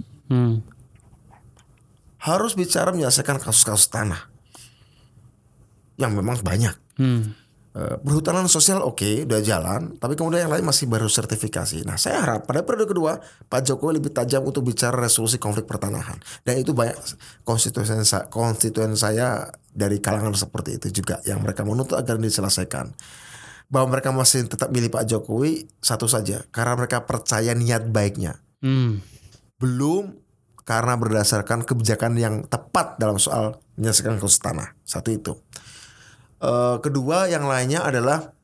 Harus bicara menyelesaikan kasus-kasus tanah yang memang banyak. Perhutanan sosial oke, udah jalan, tapi kemudian yang lain masih baru sertifikasi. Nah saya harap pada periode kedua Pak Jokowi lebih tajam untuk bicara resolusi konflik pertanahan. Dan itu banyak konstituen saya dari kalangan seperti itu juga yang mereka menuntut agar diselesaikan. Bahwa mereka masih tetap milih Pak Jokowi satu saja, karena mereka percaya niat baiknya. Belum karena berdasarkan kebijakan yang tepat dalam soal menyelesaikan kasus tanah. Satu itu. Kedua yang lainnya adalah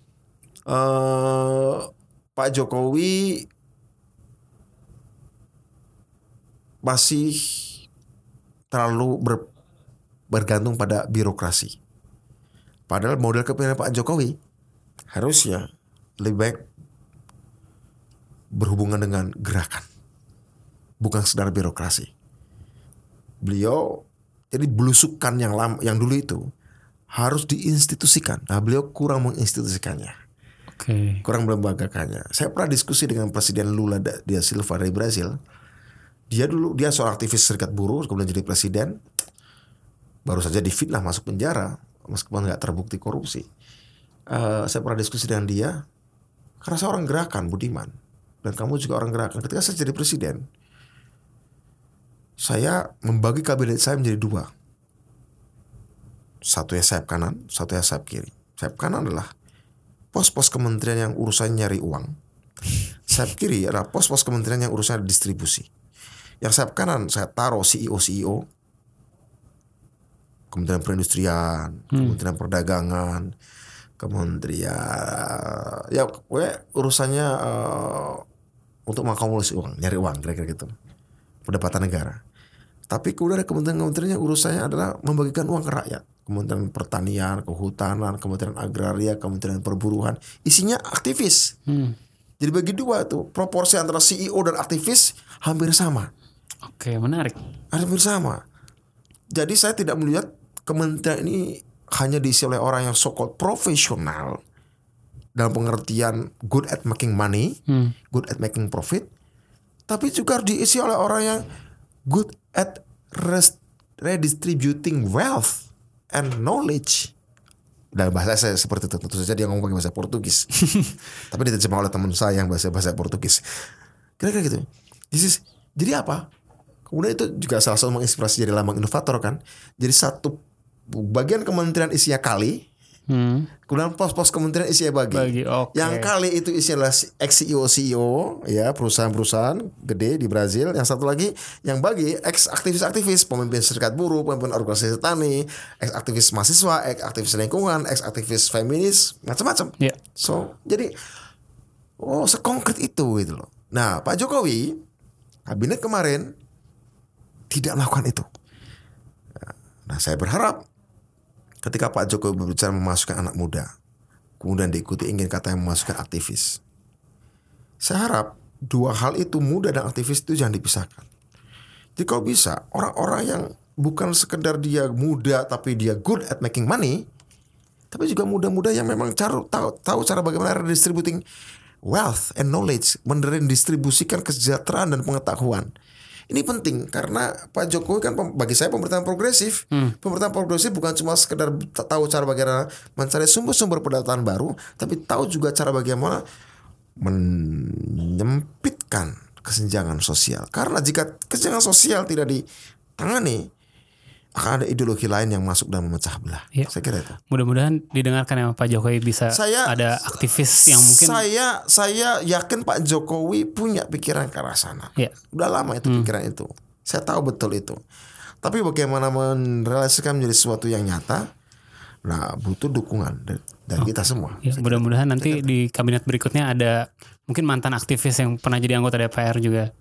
Pak Jokowi masih terlalu bergantung pada birokrasi. Padahal model kepemimpinan Pak Jokowi harusnya lebih baik berhubungan dengan gerakan, bukan sekedar birokrasi. Beliau jadi belusukan yang dulu itu harus diinstitusikan. Nah beliau kurang menginstitusikannya. Kurang melembagakannya. Saya pernah diskusi dengan Presiden Lula da Silva dari Brazil. Dia seorang aktivis serikat buruh, kemudian jadi presiden. Baru saja difitnah masuk penjara, meskipun nggak terbukti korupsi. Saya pernah diskusi dengan dia, karena saya orang gerakan, Budiman, dan kamu juga orang gerakan. Ketika saya jadi presiden, saya membagi kabinet saya menjadi dua. Satunya sayap kanan, satunya sayap kiri. Sayap kanan adalah pos-pos kementerian yang urusannya nyari uang. Sayap kiri adalah pos-pos kementerian yang urusannya distribusi. Yang sayap kanan saya taruh CEO, Kementerian Perindustrian, Kementerian Perdagangan, Kementerian ya urusannya untuk mengakumulasi uang, nyari uang, kira-kira gitu. Pendapatan negara. Tapi kemudian ada kementerian-kementerian yang urusannya adalah membagikan uang ke rakyat. Kementerian Pertanian, Kehutanan, Kementerian Agraria, Kementerian Perburuan. Isinya aktivis. Jadi bagi dua tuh, proporsi antara CEO dan aktivis hampir sama. Oke, menarik. Hampir sama. Jadi saya tidak melihat kementerian ini hanya diisi oleh orang yang so-called profesional. Dalam pengertian good at making money, good at making profit. Tapi juga diisi oleh orang yang good at redistributing wealth and knowledge. Dalam bahasa saya seperti itu. Tentu saja dia ngomong pakai bahasa Portugis. Tapi diterjemah oleh teman saya yang bahasa Portugis. Kira-kira gitu. Jadi apa? Kemudian itu juga salah satu menginspirasi jadi lambang inovator kan. Jadi satu bagian kementerian isinya kali. Kemudian pos-pos kementerian isinya bagi. Yang kali itu isinya adalah ex-CEO ya, perusahaan-perusahaan gede di Brazil. Yang satu lagi yang bagi ex-aktivis-aktivis, pemimpin serikat buruh, pemimpin organisasi tani, ex-aktivis mahasiswa, ex-aktivis lingkungan, ex-aktivis feminis, macam-macam. So jadi sekonkret itu gitu loh. Nah Pak Jokowi kabinet kemarin tidak melakukan itu. Nah saya berharap ketika Pak Jokowi berbicara memasukkan anak muda, kemudian diikuti ingin katanya memasukkan aktivis. Saya harap dua hal itu, muda dan aktivis itu jangan dipisahkan. Jadi kalau bisa orang-orang yang bukan sekedar dia muda tapi dia good at making money, tapi juga muda-muda yang memang tahu cara bagaimana redistributing wealth and knowledge, mendistribusikan kesejahteraan dan pengetahuan. Ini penting karena Pak Jokowi kan bagi saya pemerintahan progresif. Pemerintahan progresif bukan cuma sekedar tahu cara bagaimana mencari sumber-sumber pendapatan baru, tapi tahu juga cara bagaimana menyempitkan kesenjangan sosial. Karena jika kesenjangan sosial tidak ditangani, akan ada ideologi lain yang masuk dan memecah belah. Ya. Saya kira itu. Mudah-mudahan didengarkan ya Pak Jokowi, bisa ada aktivis yang mungkin. Saya yakin Pak Jokowi punya pikiran ke arah sana. Ya. Udah lama itu pikiran itu. Saya tahu betul itu. Tapi bagaimana merealisasikan menjadi sesuatu yang nyata, nah butuh dukungan dari kita semua. Ya, mudah-mudahan nanti di kabinet berikutnya ada mungkin mantan aktivis yang pernah jadi anggota DPR juga.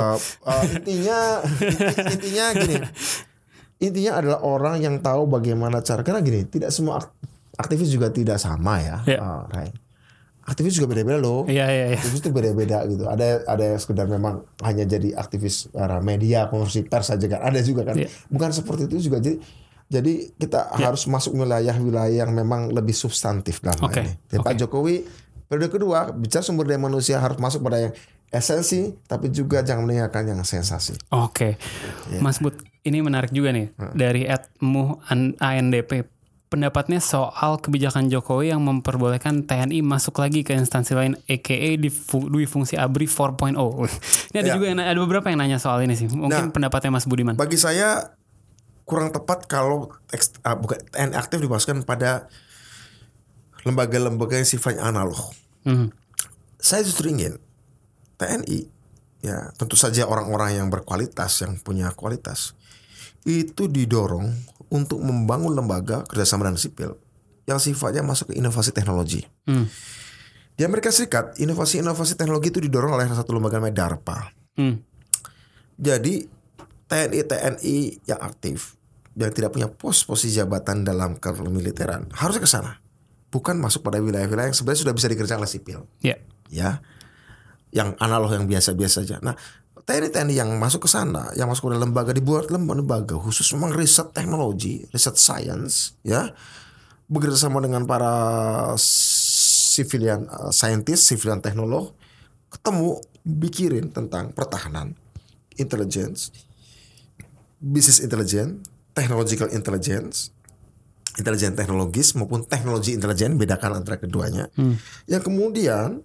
Intinya gini. Intinya adalah orang yang tahu bagaimana cara. Karena gini, tidak semua aktivis juga tidak sama ya. Right. Aktivis juga beda-beda loh. Aktivis itu beda-beda gitu. Ada yang sekedar memang hanya jadi aktivis media, konversi pers saja kan. Ada juga kan. Bukan seperti itu juga. Jadi kita harus masuk wilayah-wilayah yang memang lebih substantif dalam hal ini. Jadi Pak Jokowi periode kedua bicara sumber daya manusia harus masuk pada yang esensi, tapi juga jangan meninggalkan yang sensasi. Mas Bud, ini menarik juga nih dari @muh_ANDP. Pendapatnya soal kebijakan Jokowi yang memperbolehkan TNI masuk lagi ke instansi lain, aka di fungsi ABRI 4.0. Ini ada juga ada beberapa yang nanya soal ini sih. Mungkin pendapatnya Mas Budiman. Bagi saya kurang tepat kalau TNI aktif dimasukkan pada lembaga-lembaga yang sifatnya analog. Saya justru ingin TNI, ya tentu saja orang-orang yang berkualitas, yang punya kualitas, itu didorong untuk membangun lembaga kerjasama dan sipil yang sifatnya masuk ke inovasi teknologi. Di Amerika Serikat, inovasi teknologi itu didorong oleh satu lembaga namanya DARPA. Jadi TNI yang aktif, yang tidak punya posisi jabatan dalam kemiliteran, harusnya ke sana. Bukan masuk pada wilayah-wilayah yang sebenarnya sudah bisa dikerjakan oleh sipil. Ya. Yang analog, yang biasa-biasa saja. Nah, TNI yang masuk ke sana, yang masuk ke lembaga, dibuat lembaga khusus memang riset teknologi, riset science, ya, bekerja sama dengan para civilian scientist, civilian teknolog, ketemu bikirin tentang pertahanan, intelligence, business intelligence, technological intelligence, intelijen teknologis maupun teknologi intelijen, bedakan antara keduanya. Yang kemudian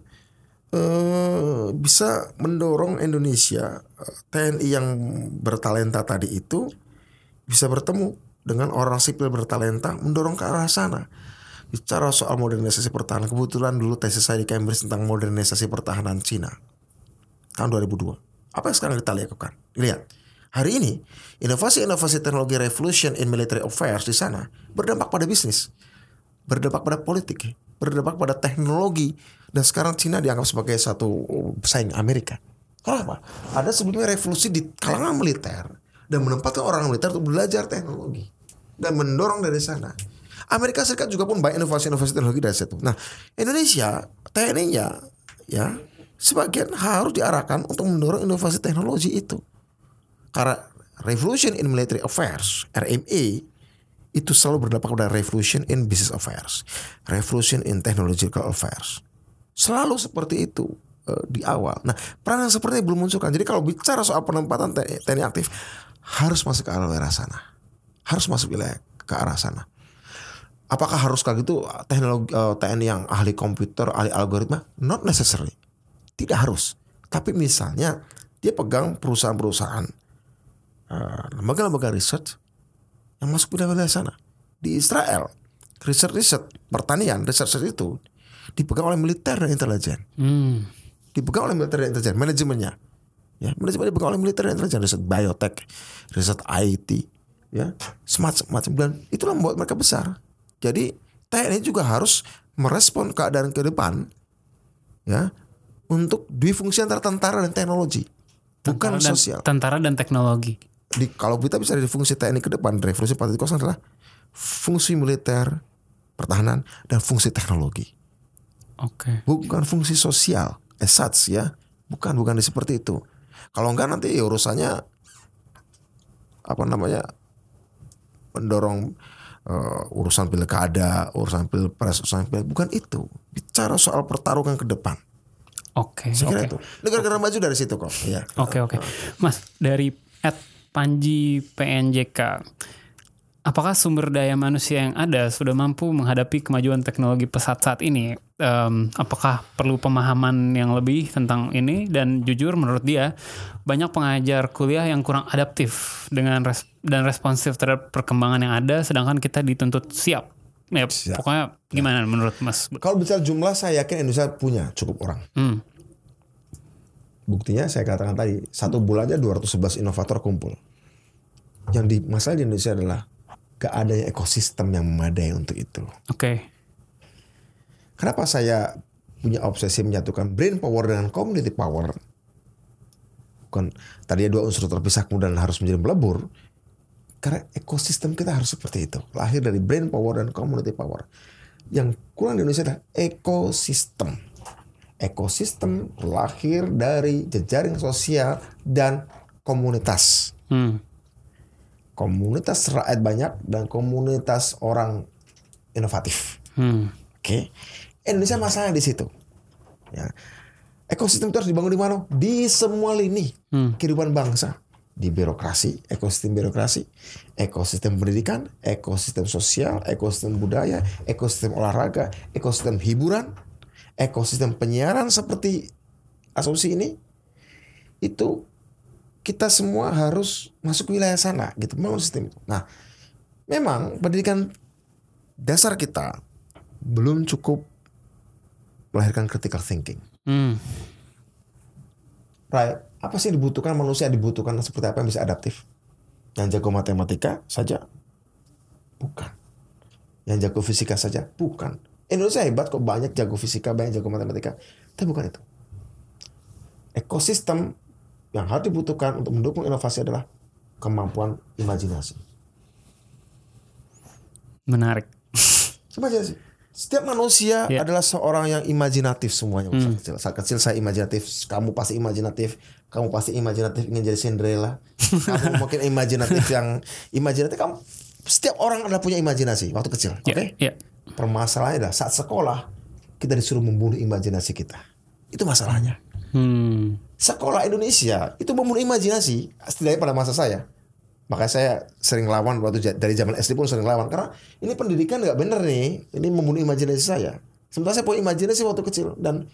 bisa mendorong Indonesia, TNI yang bertalenta tadi itu bisa bertemu dengan orang sipil bertalenta, mendorong ke arah sana. Bicara soal modernisasi pertahanan, kebetulan dulu tesis saya di Cambridge tentang modernisasi pertahanan Cina tahun 2002. Apa yang sekarang kita lakukan? Lihat, hari ini inovasi teknologi revolution in military affairs di sana berdampak pada bisnis, berdampak pada politik, berdampak pada teknologi. Dan sekarang Cina dianggap sebagai satu pesaing Amerika. Kenapa? Ada sebelumnya revolusi di kalangan militer dan menempatkan orang militer untuk belajar teknologi dan mendorong dari sana. Amerika Serikat juga pun banyak inovasi teknologi dari situ. Nah, Indonesia TNI-nya ya sebagian harus diarahkan untuk mendorong inovasi teknologi itu. Karena Revolution in Military Affairs (RMA) itu selalu berdampak pada Revolution in Business Affairs, Revolution in Technological Affairs. Selalu seperti itu di awal. Nah, peran yang seperti ini belum munculkan. Jadi kalau bicara soal penempatan TNI aktif, harus masuk ke arah sana. Harus masuk wilayah ke arah sana. Apakah harus kayak gitu TNI yang ahli komputer, ahli algoritma? Not necessarily. Tidak harus. Tapi misalnya dia pegang perusahaan-perusahaan, lembaga-lembaga riset yang masuk wilayah sana. Di Israel, riset pertanian, riset itu dipegang oleh militer dan intelijen. Dipegang oleh militer dan intelijen, manajemennya. Ya, manajemen dipegang oleh militer dan intelijen, riset biotek, riset IT, ya, semacam dan itulah membuat mereka besar. Jadi TNI juga harus merespon keadaan ke depan, ya, untuk difungsi antara tentara dan teknologi, bukan sosial. Tentara dan teknologi. Kalau kita bisa difungsi TNI ke depan, revolusi 4.0 adalah fungsi militer, pertahanan, dan fungsi teknologi. Bukan fungsi sosial, such ya. Bukan seperti itu. Kalau enggak nanti urusannya mendorong urusan pilkada, urusan pilpres, bukan itu. Bicara soal pertarungan ke depan. Saya kira itu. Negara-negara maju dari situ kok. Ya. Oke. Mas, dari @Panji PNJK, apakah sumber daya manusia yang ada sudah mampu menghadapi kemajuan teknologi pesat saat ini? Apakah perlu pemahaman yang lebih tentang ini? Dan jujur menurut dia, banyak pengajar kuliah yang kurang adaptif dan responsif terhadap perkembangan yang ada, sedangkan kita dituntut siap. Ya, pokoknya gimana menurut Mas? Kalau bicara jumlah, saya yakin Indonesia punya cukup orang. Buktinya saya katakan tadi, 1 bulan aja 211 inovator kumpul. Yang masalah di Indonesia adalah gak adanya ekosistem yang memadai untuk itu. Kenapa saya punya obsesi menyatukan brain power dengan community power? Bukan tadinya 2 unsur terpisah kemudian harus menjadi melebur. Karena ekosistem kita harus seperti itu. Lahir dari brain power dan community power. Yang kurang di Indonesia adalah ekosistem. Ekosistem lahir dari jejaring sosial dan komunitas. Komunitas rakyat banyak dan komunitas orang inovatif. Indonesia masalahnya di situ. Ya. Ekosistem itu harus dibangun di mana? Di semua lini kehidupan bangsa. Di birokrasi, ekosistem pendidikan, ekosistem sosial, ekosistem budaya, ekosistem olahraga, ekosistem hiburan, ekosistem penyiaran seperti asumsi ini. Itu kita semua harus masuk ke wilayah sana gitu, membangun sistem itu. Nah, memang pendidikan dasar kita belum cukup melahirkan critical thinking. Right? Apa sih dibutuhkan manusia? Dibutuhkan seperti apa yang bisa adaptif? Yang jago matematika saja? Bukan. Yang jago fisika saja? Bukan. Indonesia hebat kok, banyak jago fisika, banyak jago matematika. Tapi bukan itu. Ekosistem yang harus dibutuhkan untuk mendukung inovasi adalah kemampuan imajinasi. Menarik. Imajinasi. Setiap manusia adalah seorang yang imajinatif semuanya. Saat kecil saya imajinatif, kamu pasti imajinatif ingin jadi Cinderella. Kamu mungkin imajinatif kamu. Setiap orang adalah punya imajinasi waktu kecil. Permasalahannya adalah saat sekolah kita disuruh membunuh imajinasi kita. Itu masalahnya. Sekolah Indonesia itu membunuh imajinasi, setidaknya pada masa saya. Makanya saya sering lawan dari zaman SD pun sering lawan karena ini pendidikan nggak bener nih, ini membunuh imajinasi saya. Sementara saya punya imajinasi waktu kecil dan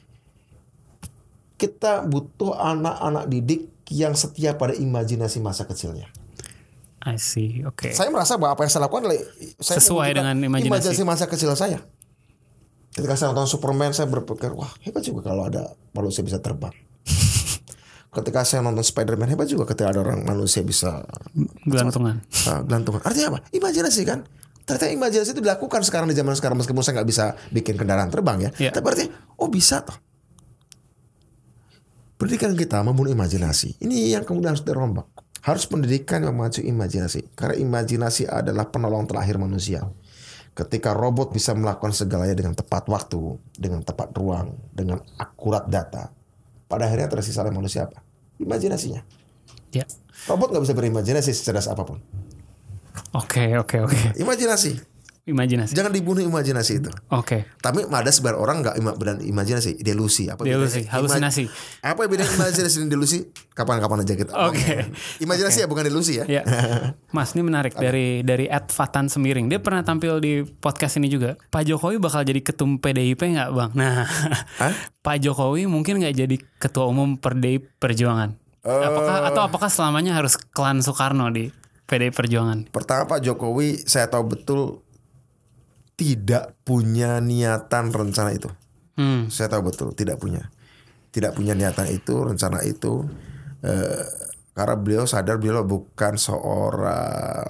kita butuh anak-anak didik yang setia pada imajinasi masa kecilnya. I see, Saya merasa bahwa apa yang saya lakukan adalah saya sesuai dengan imajinasi masa kecil saya. Ketika saya nonton Superman, saya berpikir wah hebat juga kalau ada manusia bisa terbang. Ketika saya nonton Spider-Man, hebat juga ketika ada orang manusia bisa gelantungan. Artinya apa? Imajinasi kan? Ternyata imajinasi itu dilakukan sekarang di zaman sekarang meskipun saya nggak bisa bikin kendaraan terbang ya. Tapi artinya, bisa toh. Pendidikan kita membunuh imajinasi. Ini yang kemudian harus dirombak. Harus pendidikan yang memacu imajinasi. Karena imajinasi adalah penolong terakhir manusia. Ketika robot bisa melakukan segalanya dengan tepat waktu, dengan tepat ruang, dengan akurat data, pada akhirnya tersisa oleh manusia apa? Imajinasinya. Robot nggak bisa berimajinasi secerdas apapun. Oke. Imajinasi. Jangan dibunuh imajinasi itu. Tapi ada sebagian orang nggak imajinasi, delusi. Halusinasi. Apa bedanya imajinasi dan delusi? Kapan-kapan aja kita. Imajinasi ya bukan delusi ya. Mas, ini menarik dari @Fatan Semiring. Dia pernah tampil di podcast ini juga. Pak Jokowi bakal jadi ketum PDIP nggak, Bang? Nah, Pak Jokowi mungkin nggak jadi ketua umum PDI Perjuangan. Apakah selamanya harus klan Soekarno di PDI Perjuangan? Pertama, Pak Jokowi saya tahu betul tidak punya niatan rencana itu. Saya tahu betul tidak punya niatan itu, rencana itu. Karena beliau sadar beliau bukan seorang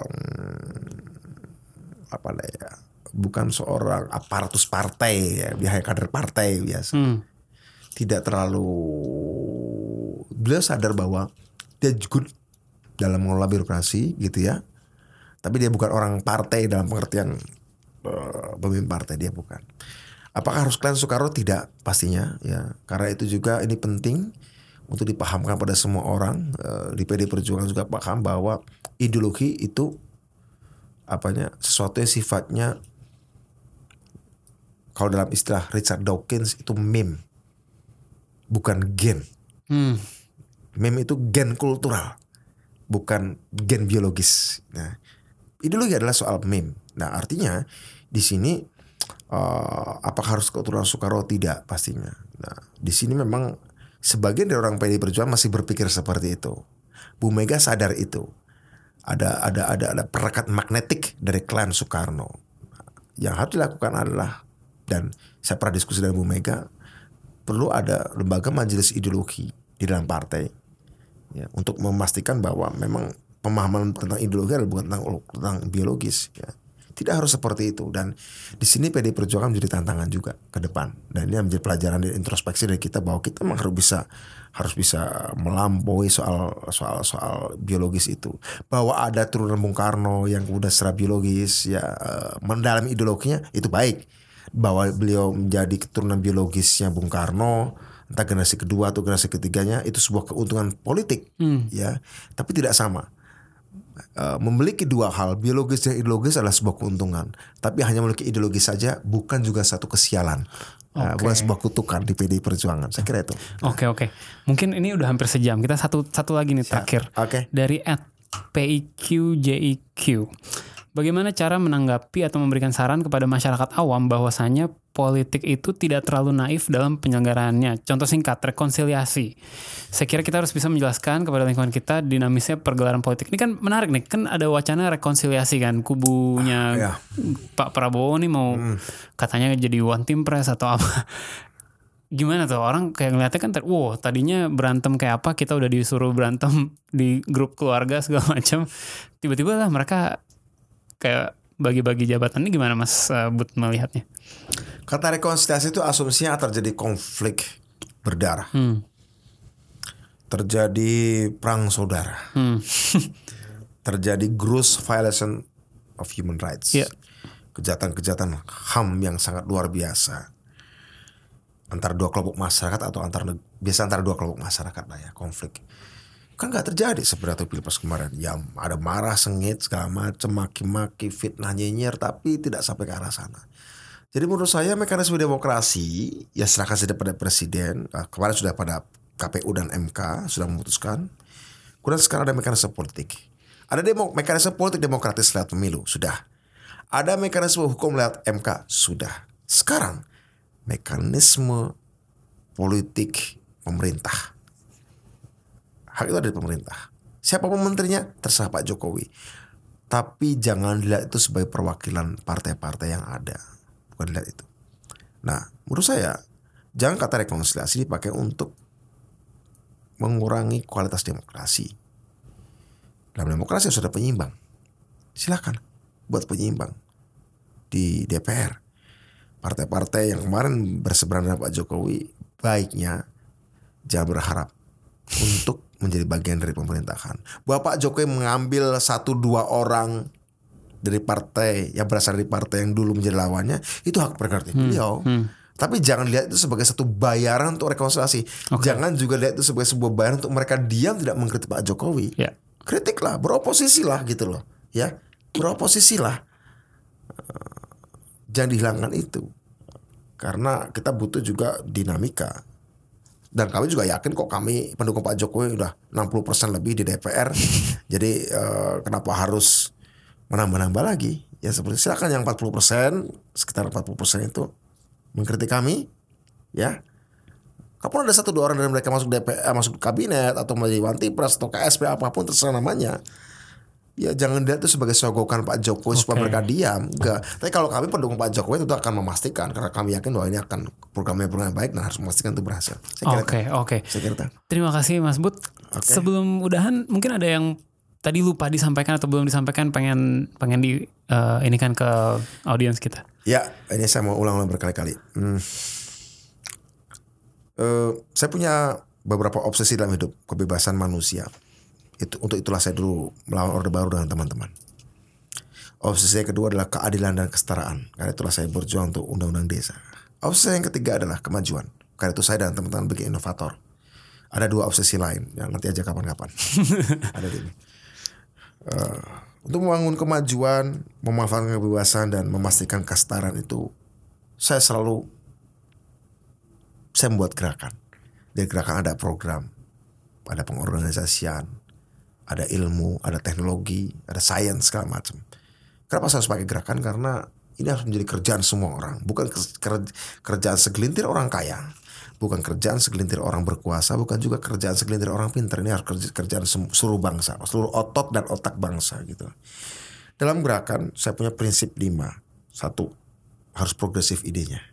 bukan seorang aparatus partai ya, biasa kader partai biasa. Tidak terlalu, beliau sadar bahwa dia good dalam mengelola birokrasi gitu ya. Tapi dia bukan orang partai dalam pengertian pemimpin partai, dia bukan. Apakah harus klan Soekarno? Tidak, pastinya ya. Karena itu juga ini penting untuk dipahamkan pada semua orang. Di PD Perjuangan juga paham bahwa ideologi itu sesuatu yang sifatnya, kalau dalam istilah Richard Dawkins itu meme, bukan gen. Meme itu gen kultural, bukan gen biologis. Nah, ideologi adalah soal meme. Nah, artinya di sini apakah harus keturunan Soekarno? Tidak, pastinya. Nah, di sini memang sebagian dari orang PDI Perjuangan masih berpikir seperti itu. Bu Mega sadar itu. Ada perekat magnetik dari klan Soekarno. Yang harus dilakukan adalah, dan saya pernah diskusi dengan Bu Mega, perlu ada lembaga majelis ideologi di dalam partai ya, untuk memastikan bahwa memang pemahaman tentang ideologi adalah bukan tentang biologis ya. Tidak harus seperti itu, dan di sini PDI Perjuangan menjadi tantangan juga ke depan, dan ini menjadi pelajaran dan introspeksi dari kita bahwa kita memang harus bisa melampaui soal biologis itu. Bahwa ada turunan Bung Karno yang udah secara biologis ya mendalami ideologinya itu baik. Bahwa beliau menjadi keturunan biologisnya Bung Karno, entah generasi kedua atau generasi ketiganya, itu sebuah keuntungan politik ya, tapi tidak sama. Memiliki dua hal, biologis dan ideologis, adalah sebuah keuntungan. Tapi hanya memiliki ideologis saja bukan juga satu kesialan. Bukan sebuah kutukan di PDI Perjuangan. Saya kira itu. Oke. Mungkin ini udah hampir sejam. Kita satu lagi nih terakhir. Dari @PIQJIQ. Bagaimana cara menanggapi atau memberikan saran kepada masyarakat awam bahwasannya politik itu tidak terlalu naif dalam penyelenggaraannya? Contoh singkat, rekonsiliasi. Saya kira kita harus bisa menjelaskan kepada lingkungan kita dinamisnya pergelaran politik. Ini kan menarik nih, kan ada wacana rekonsiliasi kan, kubunya Pak Prabowo nih mau katanya jadi one team press atau apa. Gimana tuh, orang kayak ngeliatnya kan, tadinya berantem kayak apa, kita udah disuruh berantem di grup keluarga segala macam. Tiba-tiba lah mereka kayak bagi-bagi jabatan. Ini gimana Mas Bud melihatnya? Kata rekonsiliasi itu asumsinya terjadi konflik berdarah, terjadi perang saudara, terjadi gross violation of human rights, kejahatan-kejahatan HAM yang sangat luar biasa antara dua kelompok masyarakat atau antara dua kelompok masyarakat lah ya, konflik. Kan gak terjadi seperti Pilpres kemarin. Ya ada marah, sengit, segala macam, maki-maki, fitnah, nyinyir, tapi tidak sampai ke arah sana. Jadi menurut saya mekanisme demokrasi ya serahkan saja pada presiden. Kemarin sudah pada KPU dan MK sudah memutuskan. Kemudian sekarang ada mekanisme politik. Ada mekanisme politik demokratis lewat pemilu, sudah. Ada mekanisme hukum lewat MK, sudah. Sekarang mekanisme politik pemerintah. Hak itu ada di pemerintah. Siapapun menterinya terserah Pak Jokowi. Tapi jangan dilihat itu sebagai perwakilan partai-partai yang ada. Bukan dilihat itu. Nah, menurut saya jangan kata rekonsiliasi dipakai untuk mengurangi kualitas demokrasi. Dalam demokrasi sudah penyimbang. Silakan buat penyimbang di DPR. Partai-partai yang kemarin berseberangan dengan Pak Jokowi, baiknya jangan berharap untuk menjadi bagian dari pemerintahan. Bahwa Pak Jokowi mengambil 1-2 orang dari partai yang berasal dari partai yang dulu menjadi lawannya, itu hak prerogatif beliau. Tapi jangan lihat itu sebagai satu bayaran untuk rekonsiliasi. Jangan juga lihat itu sebagai sebuah bayaran untuk mereka diam tidak mengkritik Pak Jokowi. Kritiklah, beroposisilah gitu loh. Ya, beroposisilah. Jangan dihilangkan itu. Karena kita butuh juga dinamika. Dan kami juga yakin kok kami pendukung Pak Jokowi udah 60% lebih di DPR. Jadi kenapa harus menambah-nambah lagi? Ya seperti silakan yang 40%, sekitar 40% itu mengkritik kami, ya. Kalaupun ada 1-2 orang dari mereka masuk DPR, masuk kabinet atau menjadi Wantipres atau KSP apapun terserah namanya. Ya jangan lihat itu sebagai sogokan Pak Jokowi supaya mereka diam. Enggak. Tapi kalau kami pendukung Pak Jokowi itu akan memastikan, karena kami yakin bahwa ini akan program baik dan harus memastikan itu berhasil. Oke. Terima kasih Mas Bud. Sebelum udahan mungkin ada yang tadi lupa disampaikan atau belum disampaikan, pengen di ini kan ke audiens kita. Ya, ini saya mau ulang berkali-kali. Saya punya beberapa obsesi dalam hidup, kebebasan manusia. Untuk itulah saya dulu melawan Orde Baru dengan teman-teman. Obsesi yang kedua adalah keadilan dan kesetaraan. Karena itulah saya berjuang untuk undang-undang desa. Obsesi yang ketiga adalah kemajuan. Karena itu saya dan teman-teman bikin inovator. Ada 2 obsesi lain yang nanti aja kapan-kapan. Ada di ini. Untuk membangun kemajuan, memanfaatkan kebebasan dan memastikan kesetaraan itu, saya membuat gerakan. Di gerakan ada program, ada pengorganisasian, ada ilmu, ada teknologi, ada sains segala macam. Kenapa saya harus pakai gerakan? Karena ini harus menjadi kerjaan semua orang, bukan kerjaan segelintir orang kaya, bukan kerjaan segelintir orang berkuasa, bukan juga kerjaan segelintir orang pintar. Ini harus kerjaan seluruh bangsa, seluruh otot dan otak bangsa gitu. Dalam gerakan saya punya prinsip 5. 1, harus progresif idenya,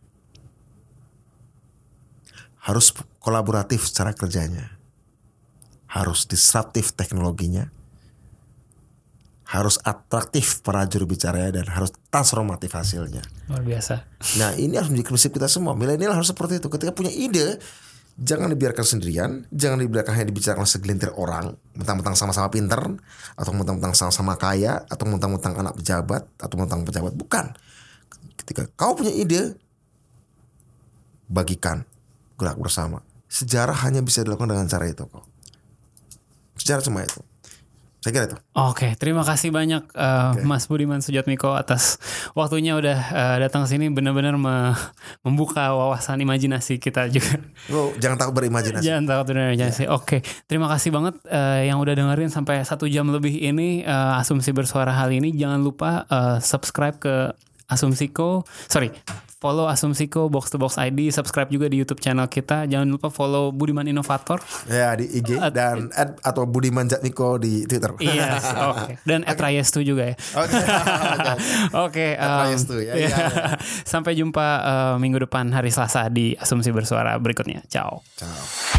harus kolaboratif secara kerjanya, harus disruptif teknologinya, harus atraktif para juru bicaranya, dan harus transformatif hasilnya. Luar biasa. Nah, ini harus menjadi prinsip kita semua. Milenial harus seperti itu. Ketika punya ide, jangan dibiarkan sendirian, jangan dibiarkan hanya dibicarakan segelintir orang, mentang-mentang sama-sama pinter, atau mentang-mentang sama-sama kaya, atau mentang-mentang anak pejabat, atau mentang pejabat. Bukan. Ketika kau punya ide, bagikan, gerak bersama. Sejarah hanya bisa dilakukan dengan cara itu kok. Sejarah cuma itu. Saya kira itu. Oke, terima kasih banyak Mas Budiman Sujatmiko atas waktunya udah datang ke sini, benar-benar membuka wawasan imajinasi kita juga. Jangan takut berimajinasi. Jangan takut berimajinasi. Yeah. Oke, terima kasih banget yang udah dengerin sampai 1 jam lebih ini Asumsi Bersuara hari ini. Jangan lupa subscribe ke follow Asumsiko Box to Box ID, subscribe juga di YouTube channel kita. Jangan lupa follow Budiman Inovator ya di IG dan atau Budiman Jatmiko di Twitter. Yes, oke. Dan @rayestu juga ya. Oke. @rayestu ya. Sampai jumpa minggu depan hari Selasa di Asumsi Bersuara berikutnya. Ciao.